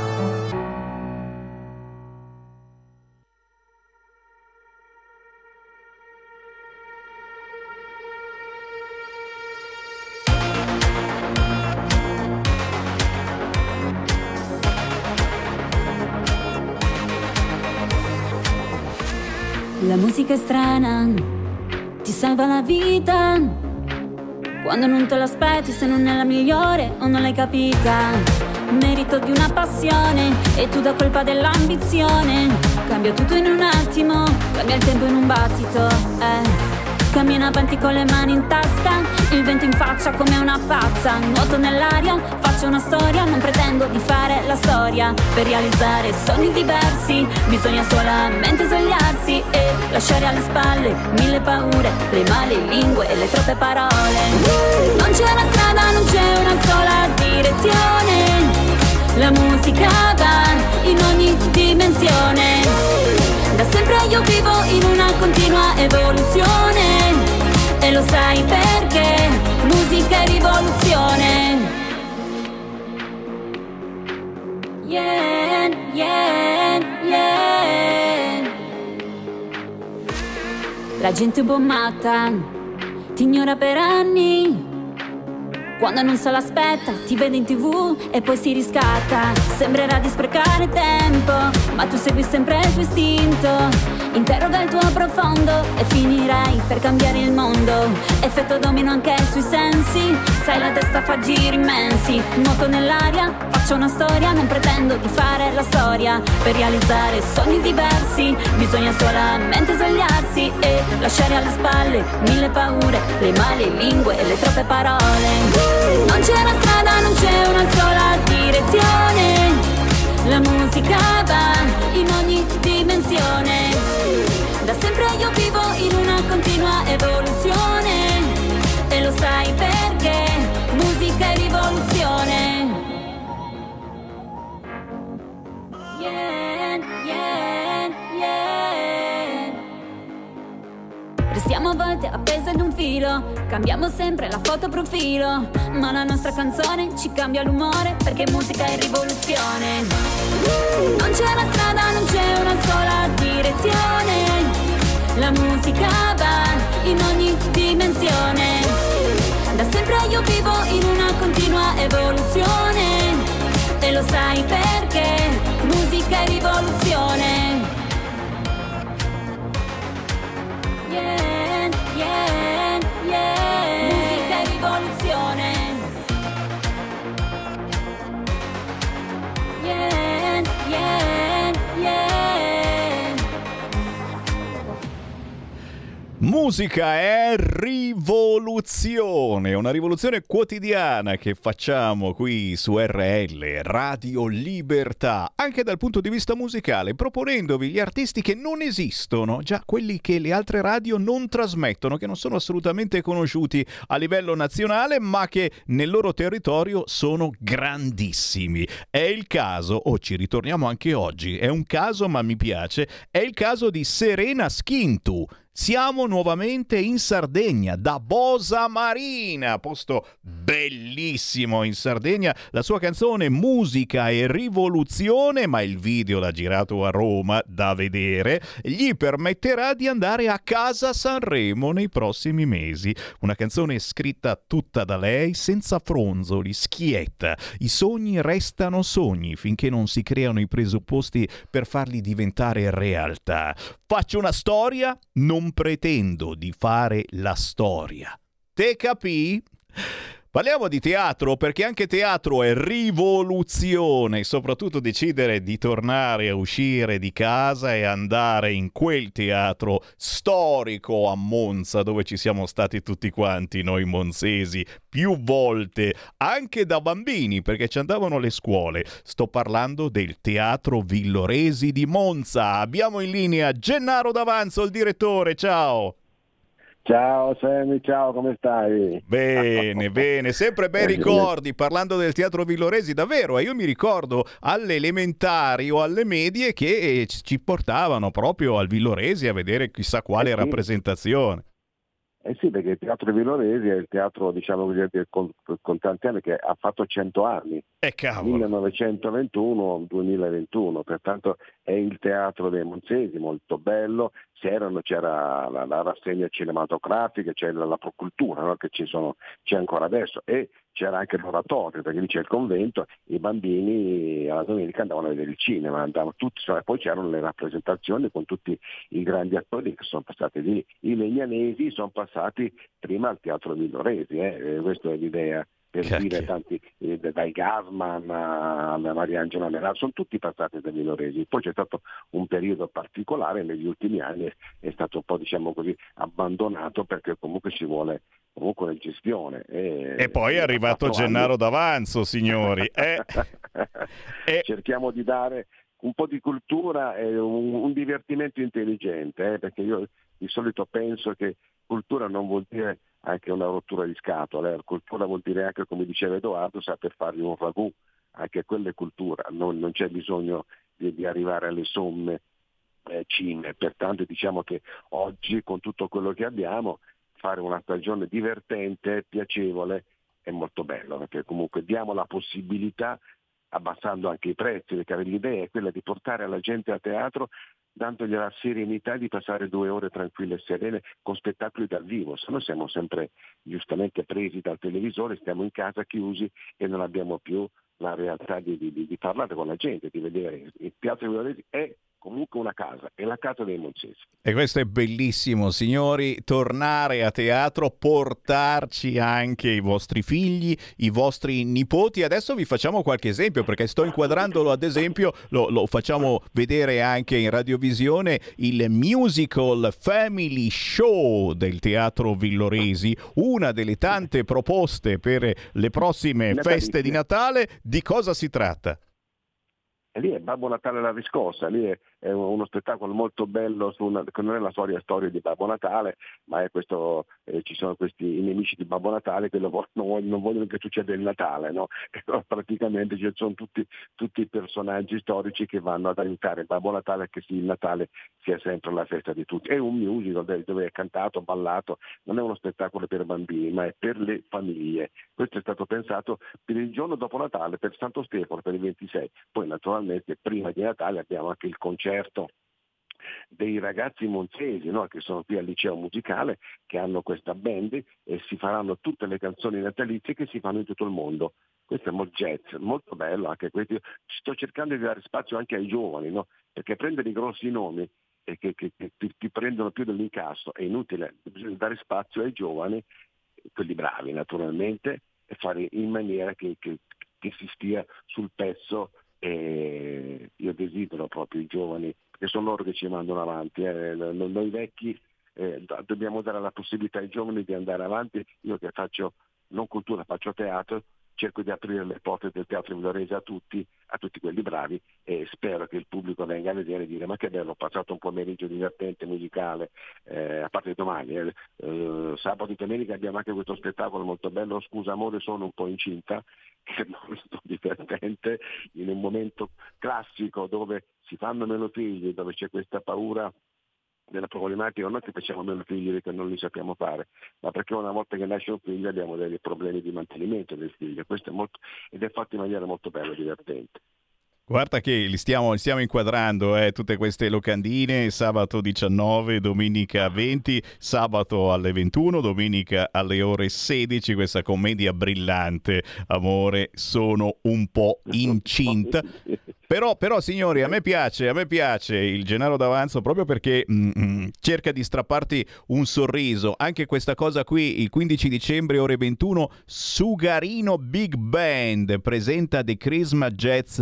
La musica è strana, ti salva la vita quando non te l'aspetti, se non è la migliore o non l'hai capita. Merito di una passione e tu da colpa dell'ambizione. Cambia tutto in un attimo, cambia il tempo in un battito, Cammino avanti con le mani in tasca, il vento in faccia come una pazza. Nuoto nell'aria, faccio una storia, non pretendo di fare la storia. Per realizzare sogni diversi bisogna solamente svegliarsi e lasciare alle spalle mille paure, le male lingue e le troppe parole. Non c'è una strada, non c'è una sola direzione. La musica va in ogni dimensione. Da sempre io vivo in una continua evoluzione e lo sai perché musica è rivoluzione. Yeah, yeah, yeah. La gente un po' matta ti ignora per anni. Quando non se l'aspetta, ti vede in TV e poi si riscatta. Sembrerà di sprecare tempo, ma tu segui sempre il tuo istinto. Interroga il tuo profondo e finirai per cambiare il mondo. Effetto domino anche sui sensi, sai la testa fa giri immensi. Nuoto nell'aria, faccio una storia, non pretendo di fare la storia. Per realizzare sogni diversi bisogna solamente svegliarsi e lasciare alle spalle mille paure, le male lingue e le troppe parole. Non c'è una strada, non c'è una sola direzione. La musica va in ogni dimensione. Da sempre io vivo in una continua evoluzione e lo sai perché musica è rivoluzione. Yeah, yeah, yeah. Restiamo a volte appese ad un filo, cambiamo sempre la foto profilo, ma la nostra canzone ci cambia l'umore perché musica è rivoluzione. Non c'è una strada, non c'è una sola direzione. La musica va in ogni dimensione. Da sempre io vivo in una continua evoluzione e lo sai perché musica è rivoluzione. Yeah, yeah, yeah. Musica è rivoluzione. Yeah, yeah, yeah. Musica è rivoluzione, una rivoluzione quotidiana che facciamo qui su RL, Radio Libertà, anche dal punto di vista musicale, proponendovi gli artisti che non esistono, già quelli che le altre radio non trasmettono, che non sono assolutamente conosciuti a livello nazionale, ma che nel loro territorio sono grandissimi. È il caso, ci ritorniamo anche oggi, è un caso ma mi piace, è il caso di Serena Skintu. Siamo nuovamente in Sardegna, da Bosa Marina, posto bellissimo in Sardegna. La sua canzone Musica e Rivoluzione, ma il video l'ha girato a Roma, da vedere, gli permetterà di andare a casa Sanremo nei prossimi mesi. Una canzone scritta tutta da lei, senza fronzoli, schietta. I sogni restano sogni finché non si creano i presupposti per farli diventare realtà. Faccio una storia, non pretendo di fare la storia. Te capì? Parliamo di teatro, perché anche teatro è rivoluzione, soprattutto decidere di tornare a uscire di casa e andare in quel teatro storico a Monza, dove ci siamo stati tutti quanti noi monzesi più volte, anche da bambini, perché ci andavano alle scuole. Sto parlando del Teatro Villoresi di Monza. Abbiamo in linea Gennaro D'Avanzo, il direttore. Ciao! Ciao Sammy, ciao, come stai? Bene, bene, sempre bei ricordi, parlando del Teatro Villoresi, davvero, io mi ricordo alle elementari o alle medie che ci portavano proprio al Villoresi a vedere chissà quale rappresentazione. Eh sì, perché il Teatro Villoresi è il teatro, diciamo così, con tanti anni, che ha fatto 100 anni, 1921-2021, pertanto è il teatro dei monzesi, molto bello. C'era la rassegna cinematografica, c'è la procultura, no? Che c'è ancora adesso, e c'era anche l'oratorio, perché lì c'è il convento, i bambini alla domenica andavano a vedere il cinema, andavano tutti, poi c'erano le rappresentazioni con tutti i grandi attori che sono passati lì. I legnanesi sono passati prima al Teatro Villoresi, questa è l'idea. Per dire tanti, dai Gasman alla Mariangela Melà, sono tutti passati da Villoresi. Poi c'è stato un periodo particolare negli ultimi anni, è stato un po', diciamo così, abbandonato, perché comunque ci vuole comunque una gestione. E poi è arrivato Gennaro D'Avanzo, signori. Cerchiamo di dare un po' di cultura e un divertimento intelligente, perché io di solito penso che cultura non vuol dire anche una rottura di scatole, cultura vuol dire anche, come diceva Edoardo, saper fargli un ragù, anche quella è cultura, non c'è bisogno di arrivare alle somme cime, pertanto diciamo che oggi, con tutto quello che abbiamo, fare una stagione divertente, piacevole, è molto bello, perché comunque diamo la possibilità, abbassando anche i prezzi, perché l'idea è quella di portare la gente a teatro dandogli la serenità di passare 2 ore tranquille e serene con spettacoli dal vivo. Se no siamo sempre giustamente presi dal televisore, stiamo in casa chiusi e non abbiamo più la realtà di parlare con la gente, di vedere. Il Teatro Villoresi è comunque una casa, è la casa dei monzesi. E questo è bellissimo, signori, tornare a teatro, portarci anche i vostri figli, i vostri nipoti. Adesso vi facciamo qualche esempio, perché sto inquadrandolo, ad esempio, lo facciamo vedere anche in radiovisione, il musical Family Show del Teatro Villoresi, una delle tante proposte per le prossime feste di Natale. Di cosa si tratta? E lì è Babbo Natale la riscossa, lì è uno spettacolo molto bello, che non è la storia di Babbo Natale, ma è questo, ci sono questi i nemici di Babbo Natale che non vogliono che succeda il Natale, no? E praticamente ci sono tutti i personaggi storici che vanno ad aiutare Babbo Natale, che il Natale sia sempre la festa di tutti. È un musical dove è cantato, ballato, non è uno spettacolo per bambini, ma è per le famiglie. Questo è stato pensato per il giorno dopo Natale, per Santo Stefano, per il 26. Poi naturalmente prima di Natale abbiamo anche il concerto dei ragazzi monzesi, no? Che sono qui al liceo musicale, che hanno questa band e si faranno tutte le canzoni natalizie che si fanno in tutto il mondo. Questo è molto jazz, molto bello anche questo. Sto cercando di dare spazio anche ai giovani, no? Perché prendere i grossi nomi e che ti prendono più dell'incasso è inutile, bisogna dare spazio ai giovani, quelli bravi naturalmente, e fare in maniera che si stia sul pezzo. E io desidero proprio i giovani, perché sono loro che ci mandano avanti, noi vecchi dobbiamo dare la possibilità ai giovani di andare avanti. Io che faccio non cultura, faccio teatro, cerco di aprire le porte del Teatro Villoresi a tutti quelli bravi, e spero che il pubblico venga a vedere e dire: ma che bello, ho passato un pomeriggio divertente, musicale, a parte domani. Sabato e domenica abbiamo anche questo spettacolo molto bello, Scusa amore sono un po' incinta, che è molto divertente, in un momento classico dove si fanno meno figli, dove c'è questa paura della problematica non è che facciamo meno figli perché non li sappiamo fare, ma perché una volta che nasce un figlio abbiamo dei problemi di mantenimento del figlio. Questo è molto, ed è fatto in maniera molto bella e divertente. Guarda che li stiamo inquadrando, tutte queste locandine, sabato 19, domenica 20, sabato alle 21, domenica alle ore 16, questa commedia brillante, Amore, sono un po' incinta. Però signori, a me piace il Gennaro D'Avanzo proprio perché cerca di strapparti un sorriso. Anche questa cosa qui, il 15 dicembre ore 21, Sugarino Big Band presenta The Christmas Jazz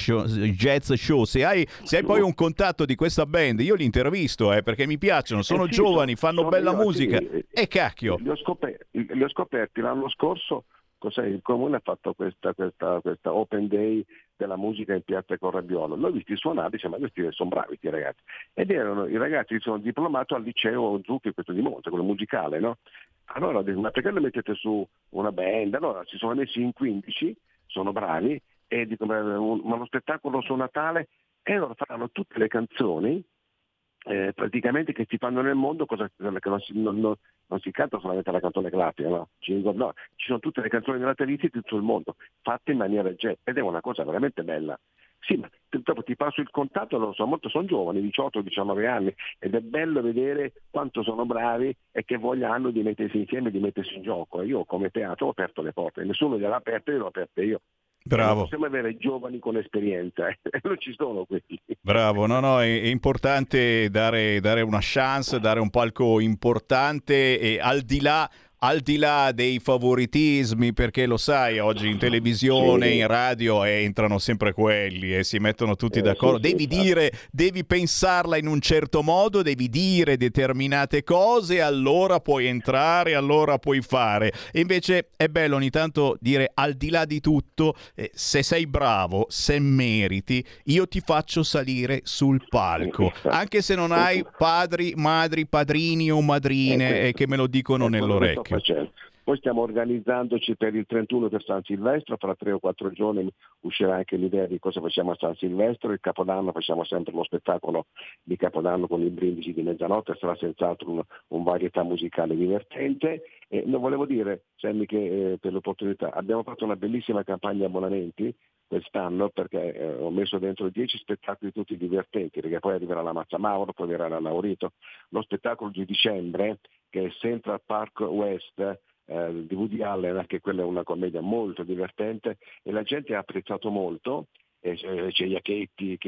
Show. Se hai poi un contatto di questa band, io li intervisto perché mi piacciono, sono giovani, fanno bella musica. E cacchio! Li ho scoperti l'anno scorso. Il Comune ha fatto questa Open Day della musica in Piazza Corrabbiolo. L'ho visti suonare, dice, ma questi sono bravi questi ragazzi. Ed erano i ragazzi che sono diplomato al liceo Zucchi, questo di Monza, quello musicale, no? Allora ho detto, ma perché lo mettete si una band? Allora si sono messi in 15, sono bravi, e dico, ma uno spettacolo su Natale, e allora faranno tutte le canzoni praticamente che si fanno nel mondo, cosa che non si canta solamente la canzone classica, no? Ci sono tutte le canzoni natalizie di tutto il mondo, fatte in maniera jazz, ed è una cosa veramente bella. Sì, ma dopo ti passo il contatto, lo so, molto sono giovani, 18-19 anni, ed è bello vedere quanto sono bravi e che voglia hanno di mettersi insieme, di mettersi in gioco. E io come teatro ho aperto le porte, nessuno gliel'ha aperte, io l'ho aperte io. Bravo. Non possiamo avere giovani con esperienza, non ci sono questi. Bravo, no, è importante dare una chance, dare un palco importante, e al di là dei favoritismi, perché lo sai, oggi in televisione, in radio entrano sempre quelli e si mettono tutti d'accordo. Devi pensarla in un certo modo, devi dire determinate cose, allora puoi entrare, allora puoi fare. E invece è bello ogni tanto dire, al di là di tutto, se sei bravo, se meriti, io ti faccio salire sul palco, anche se non hai padri, madri, padrini o madrine che me lo dicono nell'orecchio. Poi stiamo organizzandoci per il 31 per San Silvestro, fra 3 o 4 giorni uscirà anche l'idea di cosa facciamo a San Silvestro. Il Capodanno facciamo sempre lo spettacolo di Capodanno con i brindisi di mezzanotte, sarà senz'altro un varietà musicale divertente. E non volevo dire, Sammy, che per l'opportunità abbiamo fatto una bellissima campagna abbonamenti quest'anno, perché ho messo dentro 10 spettacoli tutti divertenti, perché poi arriverà la Mazza Mauro, poi arriverà la Laurito, lo spettacolo di dicembre che è Central Park West di Woody Allen, anche quella è una commedia molto divertente e la gente ha apprezzato molto, c'è Iacchetti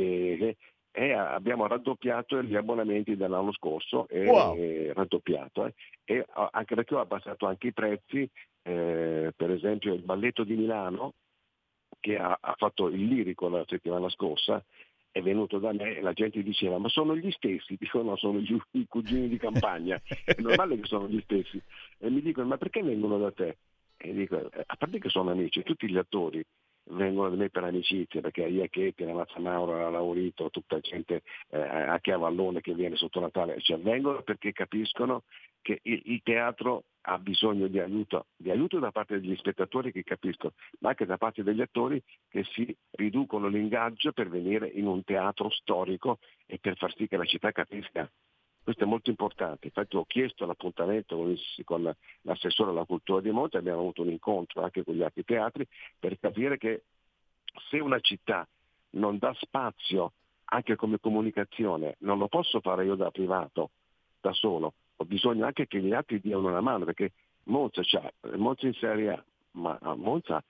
e abbiamo raddoppiato gli abbonamenti dell'anno scorso, raddoppiato e anche perché ho abbassato anche i prezzi, per esempio il Balletto di Milano, che ha fatto il Lirico la settimana scorsa, è venuto da me e la gente diceva, ma sono gli stessi? Dico, no, sono i cugini di campagna, è normale che sono gli stessi. E mi dicono, ma perché vengono da te? E dico, a parte che sono amici, tutti gli attori vengono da me per amicizia, perché Iacchetti, la Mazza Mauro, la Laurito, tutta gente anche a Vallone che viene sotto Natale, cioè vengono perché capiscono che il teatro ha bisogno di aiuto da parte degli spettatori che capiscono, ma anche da parte degli attori che si riducono l'ingaggio per venire in un teatro storico e per far sì che la città capisca. Questo è molto importante. Infatti ho chiesto l'appuntamento con l'assessore alla cultura di Monza, abbiamo avuto un incontro anche con gli altri teatri per capire che se una città non dà spazio anche come comunicazione, non lo posso fare io da privato, da solo, ho bisogno anche che gli altri diano una mano, perché Monza in Serie A, ma a Monza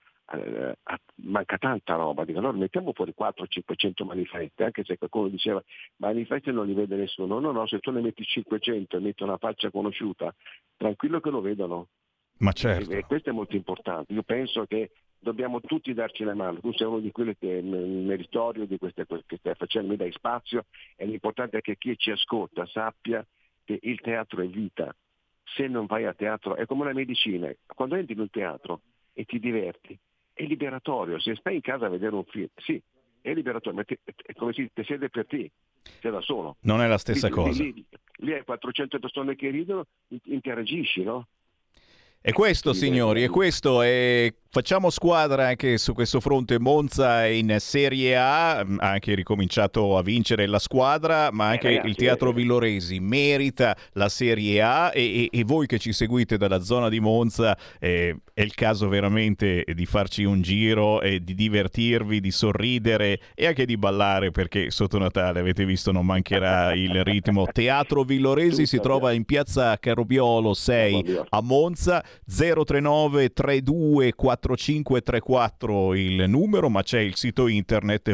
manca tanta roba. Dico, allora mettiamo fuori 400-500 manifesti, anche se qualcuno diceva manifesti non li vede nessuno. No, se tu ne metti 500 e metti una faccia conosciuta, tranquillo che lo vedono. Ma certo. E questo è molto importante. Io penso che dobbiamo tutti darci la mano. Tu sei uno di quelli che meritorio di queste che stai facendo, mi dai spazio, e l'importante è che chi ci ascolta sappia che il teatro è vita. Se non vai a teatro è come una medicina. Quando entri in un teatro e ti diverti, è liberatorio. Se stai in casa a vedere un film, sì, è liberatorio, ma è come se ti siede per te, sei da solo. Non è la stessa cosa. Lì hai 400 persone che ridono, interagisci, no? E questo, signori, e questo è Facciamo squadra anche su questo fronte. Monza è in Serie A, ha anche ricominciato a vincere la squadra, ma anche ragazzi, il Teatro Villoresi merita la Serie A e voi che ci seguite dalla zona di Monza, è il caso veramente di farci un giro e di divertirvi, di sorridere e anche di ballare, perché sotto Natale, avete visto, non mancherà il ritmo. Teatro Villoresi si trova in piazza Carobiolo 6 a Monza. 039 32 4534 il numero, ma c'è il sito internet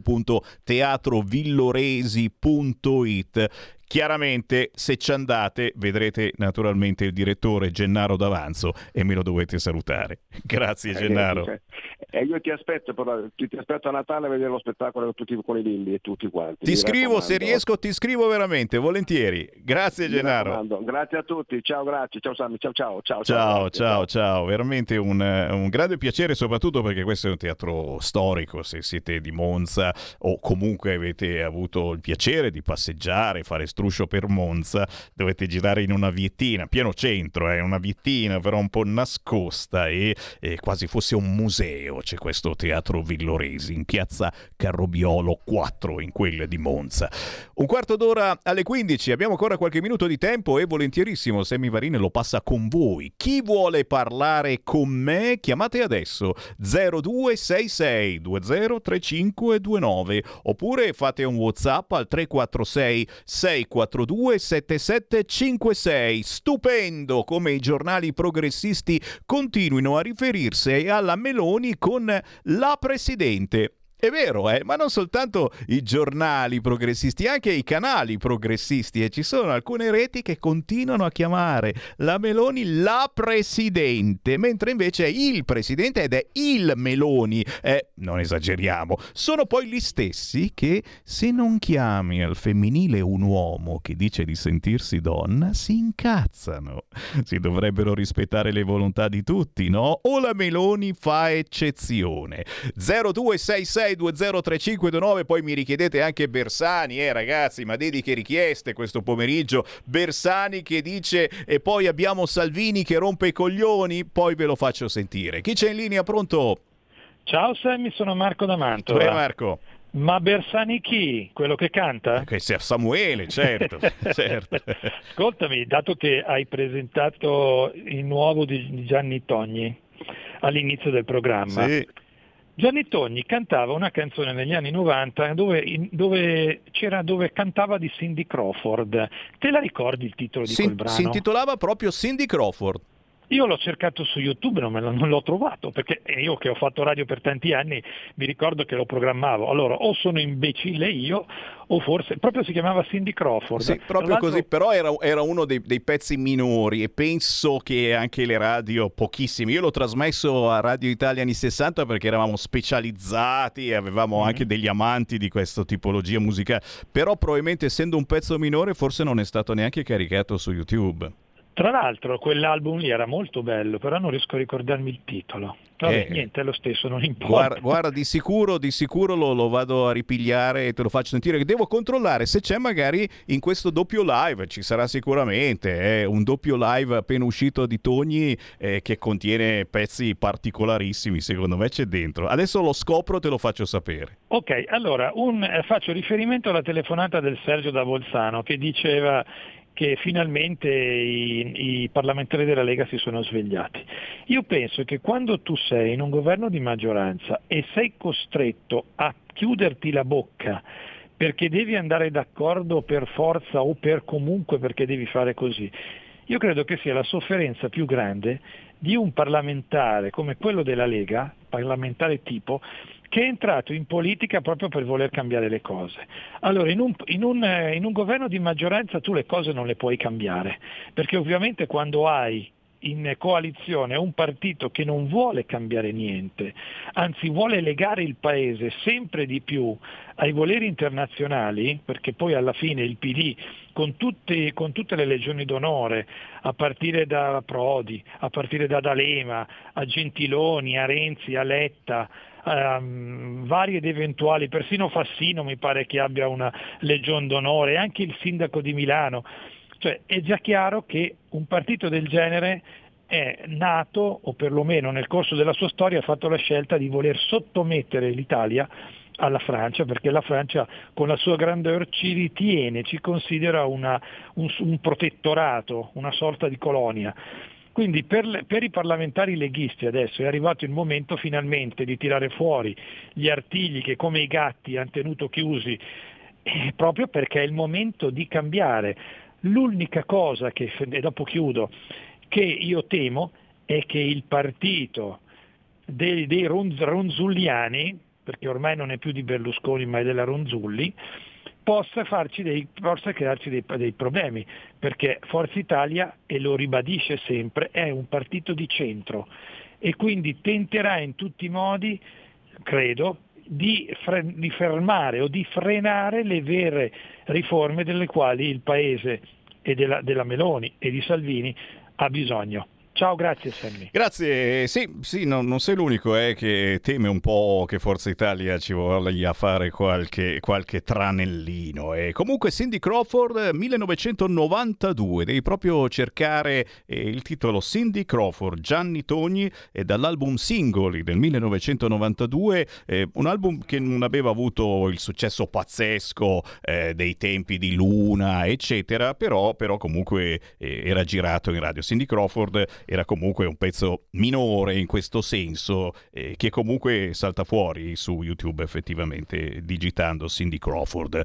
www.teatrovilloresi.it. Chiaramente, se ci andate, vedrete naturalmente il direttore Gennaro D'Avanzo e me lo dovete salutare. Grazie Gennaro. E io ti aspetto a Natale a vedere lo spettacolo con i bimbi e tutti quanti. Ti scrivo, se riesco ti scrivo veramente, volentieri. Grazie Gennaro. Grazie a tutti, ciao, grazie, ciao Sammy, ciao. Ciao, veramente un grande piacere, soprattutto perché questo è un teatro storico. Se siete di Monza o comunque avete avuto il piacere di passeggiare, fare struscio per Monza, dovete girare in una viettina, pieno centro, una viettina però un po' nascosta e quasi fosse un museo. C'è questo Teatro Villoresi in piazza Carrobiolo 4, in quella di Monza. Un quarto d'ora alle 15, abbiamo ancora qualche minuto di tempo e volentierissimo Sammy Varin lo passa con voi. Chi vuole parlare con me, chiamate adesso 0266 203529 oppure fate un WhatsApp al 346 642 7756. Stupendo come i giornali progressisti continuino a riferirsi alla Meloni con la Presidente. È vero, ma non soltanto i giornali progressisti, anche i canali progressisti, e ci sono alcune reti che continuano a chiamare la Meloni la Presidente, mentre invece è il Presidente ed è il Meloni. Non esageriamo. Sono poi gli stessi che, se non chiami al femminile un uomo che dice di sentirsi donna, si incazzano. Si dovrebbero rispettare le volontà di tutti, no? O la Meloni fa eccezione. 0266 203529, poi mi richiedete anche Bersani, ragazzi, ma dediche richieste questo pomeriggio. Bersani che dice e poi abbiamo Salvini che rompe i coglioni, poi ve lo faccio sentire. Chi c'è in linea, pronto? Ciao Sammy, sono Marco da Mantova. Marco. Ma Bersani chi? Quello che canta? Che sia Samuele, certo. certo. Ascoltami, dato che hai presentato il nuovo di Gianni Togni all'inizio del programma, sì. Gianni Togni cantava una canzone negli anni 90 dove cantava di Cindy Crawford. Te la ricordi il titolo di quel brano? Si intitolava proprio Cindy Crawford. Io l'ho cercato su YouTube, non l'ho trovato, perché io che ho fatto radio per tanti anni mi ricordo che lo programmavo. Allora, o sono imbecille io, o forse proprio si chiamava Cindy Crawford. Sì, proprio così, però era uno dei pezzi minori e penso che anche le radio, pochissimi. Io l'ho trasmesso a Radio Italia anni 60 perché eravamo specializzati e avevamo anche degli amanti di questa tipologia musicale, però probabilmente essendo un pezzo minore forse non è stato neanche caricato su YouTube. Tra l'altro quell'album lì era molto bello, però non riesco a ricordarmi il titolo. Vabbè, niente, è lo stesso, non importa. Guarda, di sicuro lo vado a ripigliare e te lo faccio sentire. Devo controllare se c'è magari in questo doppio live, ci sarà sicuramente, un doppio live appena uscito di Togni che contiene pezzi particolarissimi, secondo me c'è dentro. Adesso lo scopro e te lo faccio sapere. Ok, allora faccio riferimento alla telefonata del Sergio da Bolzano che diceva che finalmente i parlamentari della Lega si sono svegliati. Io penso che quando tu sei in un governo di maggioranza e sei costretto a chiuderti la bocca perché devi andare d'accordo per forza o per comunque perché devi fare così, io credo che sia la sofferenza più grande di un parlamentare come quello della Lega, parlamentare tipo, che è entrato in politica proprio per voler cambiare le cose. Allora, in un governo di maggioranza tu le cose non le puoi cambiare, perché ovviamente quando hai in coalizione un partito che non vuole cambiare niente, anzi vuole legare il paese sempre di più ai voleri internazionali, perché poi alla fine il PD con tutte le legioni d'onore, a partire da Prodi, a partire da D'Alema, a Gentiloni, a Renzi, a Letta, vari ed eventuali, persino Fassino mi pare che abbia una legion d'onore, anche il sindaco di Milano. Cioè è già chiaro che un partito del genere è nato, o perlomeno nel corso della sua storia ha fatto la scelta di voler sottomettere l'Italia alla Francia, perché la Francia con la sua grandeur ci ritiene, ci considera un protettorato, una sorta di colonia. Quindi per i parlamentari leghisti adesso è arrivato il momento finalmente di tirare fuori gli artigli che come i gatti hanno tenuto chiusi, proprio perché è il momento di cambiare. L'unica cosa che, e dopo chiudo, che io temo è che il partito dei ronzulliani, perché ormai non è più di Berlusconi ma è della Ronzulli, possa crearci dei problemi, perché Forza Italia, e lo ribadisce sempre, è un partito di centro e quindi tenterà in tutti i modi, credo, di fermare o di frenare le vere riforme delle quali il Paese e della Meloni e di Salvini ha bisogno. Ciao, grazie Sammy. Grazie, sì, non sei l'unico che teme un po' che Forza Italia ci voglia fare qualche tranellino. E comunque Cindy Crawford, 1992, devi proprio cercare il titolo Cindy Crawford, Gianni Togni, e dall'album Singoli del 1992, un album che non aveva avuto il successo pazzesco dei tempi di Luna, eccetera, però comunque era girato in radio. Cindy Crawford era comunque un pezzo minore in questo senso, che comunque salta fuori su YouTube effettivamente digitando Cindy Crawford.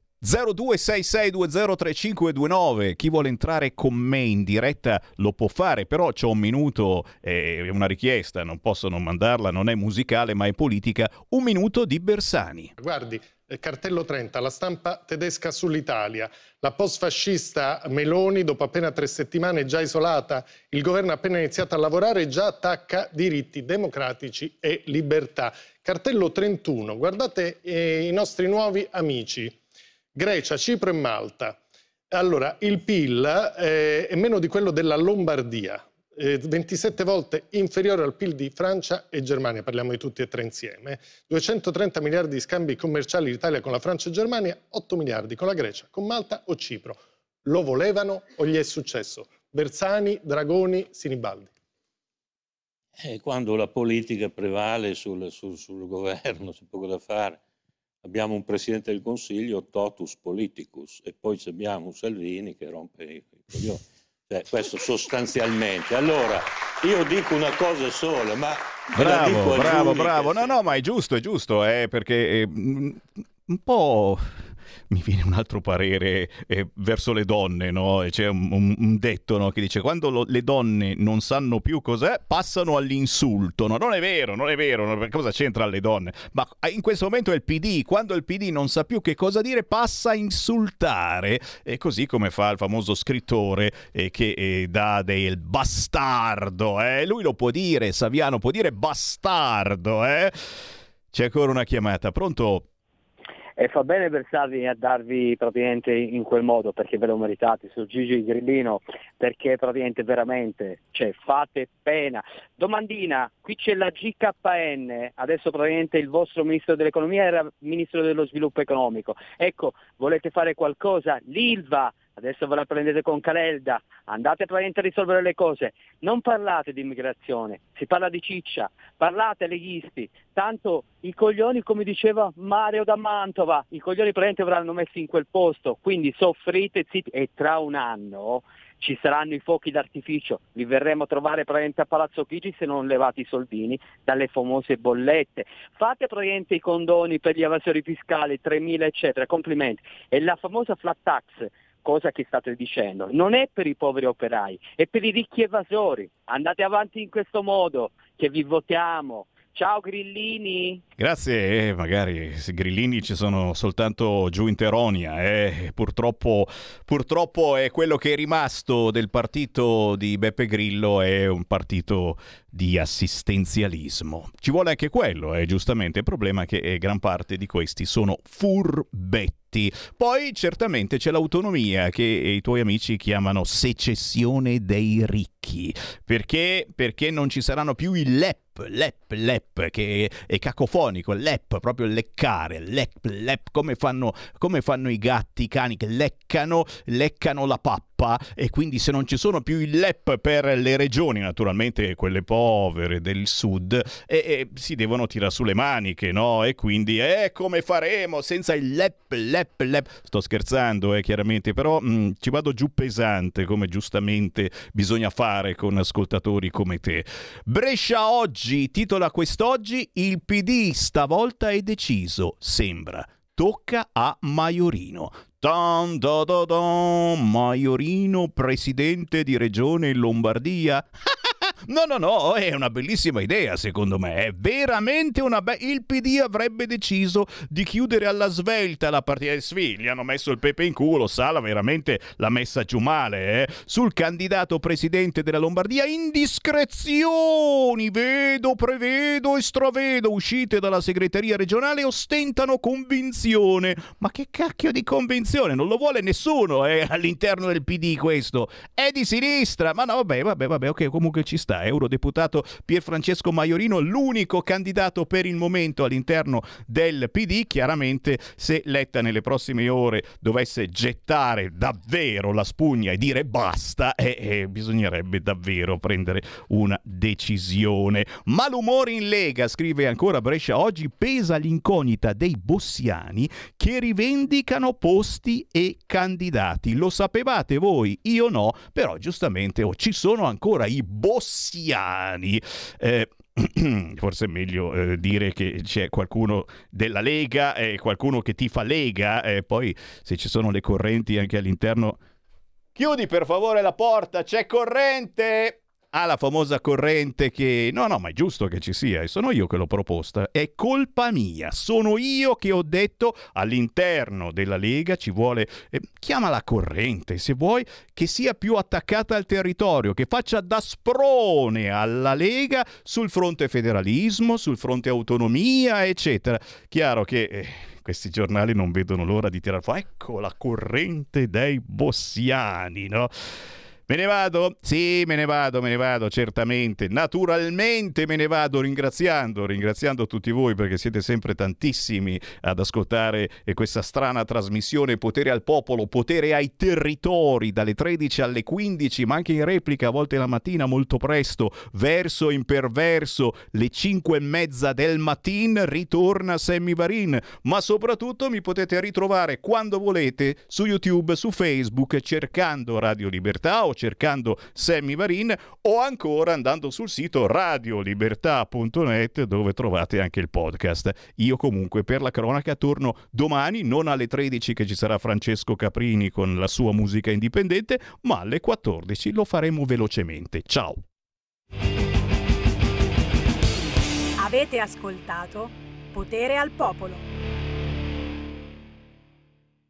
0266203529, chi vuole entrare con me in diretta lo può fare, però c'ho un minuto, è una richiesta, non posso non mandarla, non è musicale ma è politica, un minuto di Bersani. Guardi, cartello 30, la stampa tedesca sull'Italia, la post-fascista Meloni dopo appena 3 settimane già isolata, il governo ha appena iniziato a lavorare e già attacca diritti democratici e libertà. Cartello 31, guardate i nostri nuovi amici, Grecia, Cipro e Malta. Allora, il PIL è meno di quello della Lombardia, 27 volte inferiore al PIL di Francia e Germania, parliamo di tutti e tre insieme. 230 miliardi di scambi commerciali l'Italia con la Francia e Germania, 8 miliardi con la Grecia, con Malta o Cipro. Lo volevano o gli è successo? Bersani, Dragoni, Sinibaldi. Quando la politica prevale sul governo c'è poco da fare. Abbiamo un Presidente del Consiglio totus politicus e poi abbiamo un Salvini che rompe i coglioni. Questo sostanzialmente. Allora, io dico una cosa sola, ma Bravo. No, ma è giusto, perché un po' mi viene un altro parere verso le donne, no? C'è un detto, no, che dice quando le donne non sanno più cos'è, passano all'insulto. No, non è vero, cosa c'entra le donne? Ma in questo momento è il PD, quando il PD non sa più che cosa dire, passa a insultare, e così come fa il famoso scrittore che dà del bastardo, lui lo può dire, Saviano può dire bastardo, C'è ancora una chiamata, pronto? E fa bene Bersani a darvi praticamente in quel modo, perché ve lo meritate, su Gigi Grillino, perché praticamente veramente, fate pena. Domandina, qui c'è la GKN, adesso praticamente il vostro ministro dell'economia era ministro dello sviluppo economico. Ecco, volete fare qualcosa? L'Ilva, adesso ve la prendete con Calelda, andate praticamente a risolvere le cose, non parlate di immigrazione, si parla di ciccia, parlate leghisti, tanto i coglioni, come diceva Mario da Mantova, i coglioni praticamente verranno messi in quel posto, quindi soffrite, zitti, e tra un anno ci saranno i fuochi d'artificio, vi verremo a trovare praticamente a Palazzo Chigi se non levate i soldini dalle famose bollette, fate praticamente i condoni per gli evasori fiscali, 3.000 eccetera, complimenti, e la famosa flat tax, cosa che state dicendo, non è per i poveri operai, è per i ricchi evasori. Andate avanti in questo modo, che vi votiamo. Ciao Grillini. Grazie, magari Grillini ci sono soltanto giù in Teronia, purtroppo è quello che è rimasto del partito di Beppe Grillo, è un partito di assistenzialismo. Ci vuole anche quello, giustamente, il problema è che gran parte di questi sono furbetti. Poi certamente c'è l'autonomia che i tuoi amici chiamano secessione dei ricchi, perché non ci saranno più i LEP, lep, che è cacofonico, lep, proprio leccare, lep, come fanno i gatti, i cani che leccano la pappa, e quindi se non ci sono più il lep per le regioni, naturalmente quelle povere del sud, si devono tirare sulle maniche, no? E quindi come faremo senza il lep? Sto scherzando, chiaramente, però ci vado giù pesante, come giustamente bisogna fare con ascoltatori come te. Brescia Oggi titola quest'oggi: il PD stavolta è deciso, sembra. Tocca a Maiorino. Maiorino, presidente di regione in Lombardia. No, è una bellissima idea, secondo me. È veramente il PD avrebbe deciso di chiudere alla svelta la partita. Sì, gli hanno messo il pepe in culo, Sala veramente l'ha messa giù male, sul candidato presidente della Lombardia. Indiscrezioni, prevedo e stravedo, uscite dalla segreteria regionale, ostentano convinzione. Ma che cacchio di convinzione? Non lo vuole nessuno, all'interno del PD questo. È di sinistra, ma no, vabbè, ok, comunque ci sta. Eurodeputato Pierfrancesco Maiorino, l'unico candidato per il momento all'interno del PD. Chiaramente, se Letta nelle prossime ore dovesse gettare davvero la spugna e dire basta, bisognerebbe davvero prendere una decisione. Malumore in Lega, scrive ancora Brescia Oggi, pesa l'incognita dei bossiani che rivendicano posti e candidati. Lo sapevate voi? Io no, però giustamente ci sono ancora i bossiani. Forse è meglio dire che c'è qualcuno della Lega e qualcuno che tifa Lega, poi se ci sono le correnti anche all'interno. Chiudi per favore la porta, c'è corrente! La famosa corrente che no, ma è giusto che ci sia, e sono io che l'ho proposta, è colpa mia, sono io che ho detto all'interno della Lega ci vuole, chiamala corrente se vuoi, che sia più attaccata al territorio, che faccia da sprone alla Lega sul fronte federalismo, sul fronte autonomia, eccetera. Chiaro che questi giornali non vedono l'ora di tirare fuori, ecco la corrente dei bossiani, no? Me ne vado? Sì, me ne vado, certamente. Naturalmente me ne vado ringraziando tutti voi, perché siete sempre tantissimi ad ascoltare questa strana trasmissione Potere al Popolo, potere ai territori, dalle 13 alle 15, ma anche in replica a volte la mattina molto presto, verso imperverso, le 5:30 del mattino ritorna Sammy Varin, ma soprattutto mi potete ritrovare quando volete su YouTube, su Facebook, cercando Radio Libertà o cercando Sammy Varin, o ancora andando sul sito radiolibertà.net, dove trovate anche il podcast. Io comunque per la cronaca torno domani, non alle 13 che ci sarà Francesco Caprini con la sua musica indipendente, ma alle 14 lo faremo velocemente. Ciao. Avete ascoltato Potere al Popolo.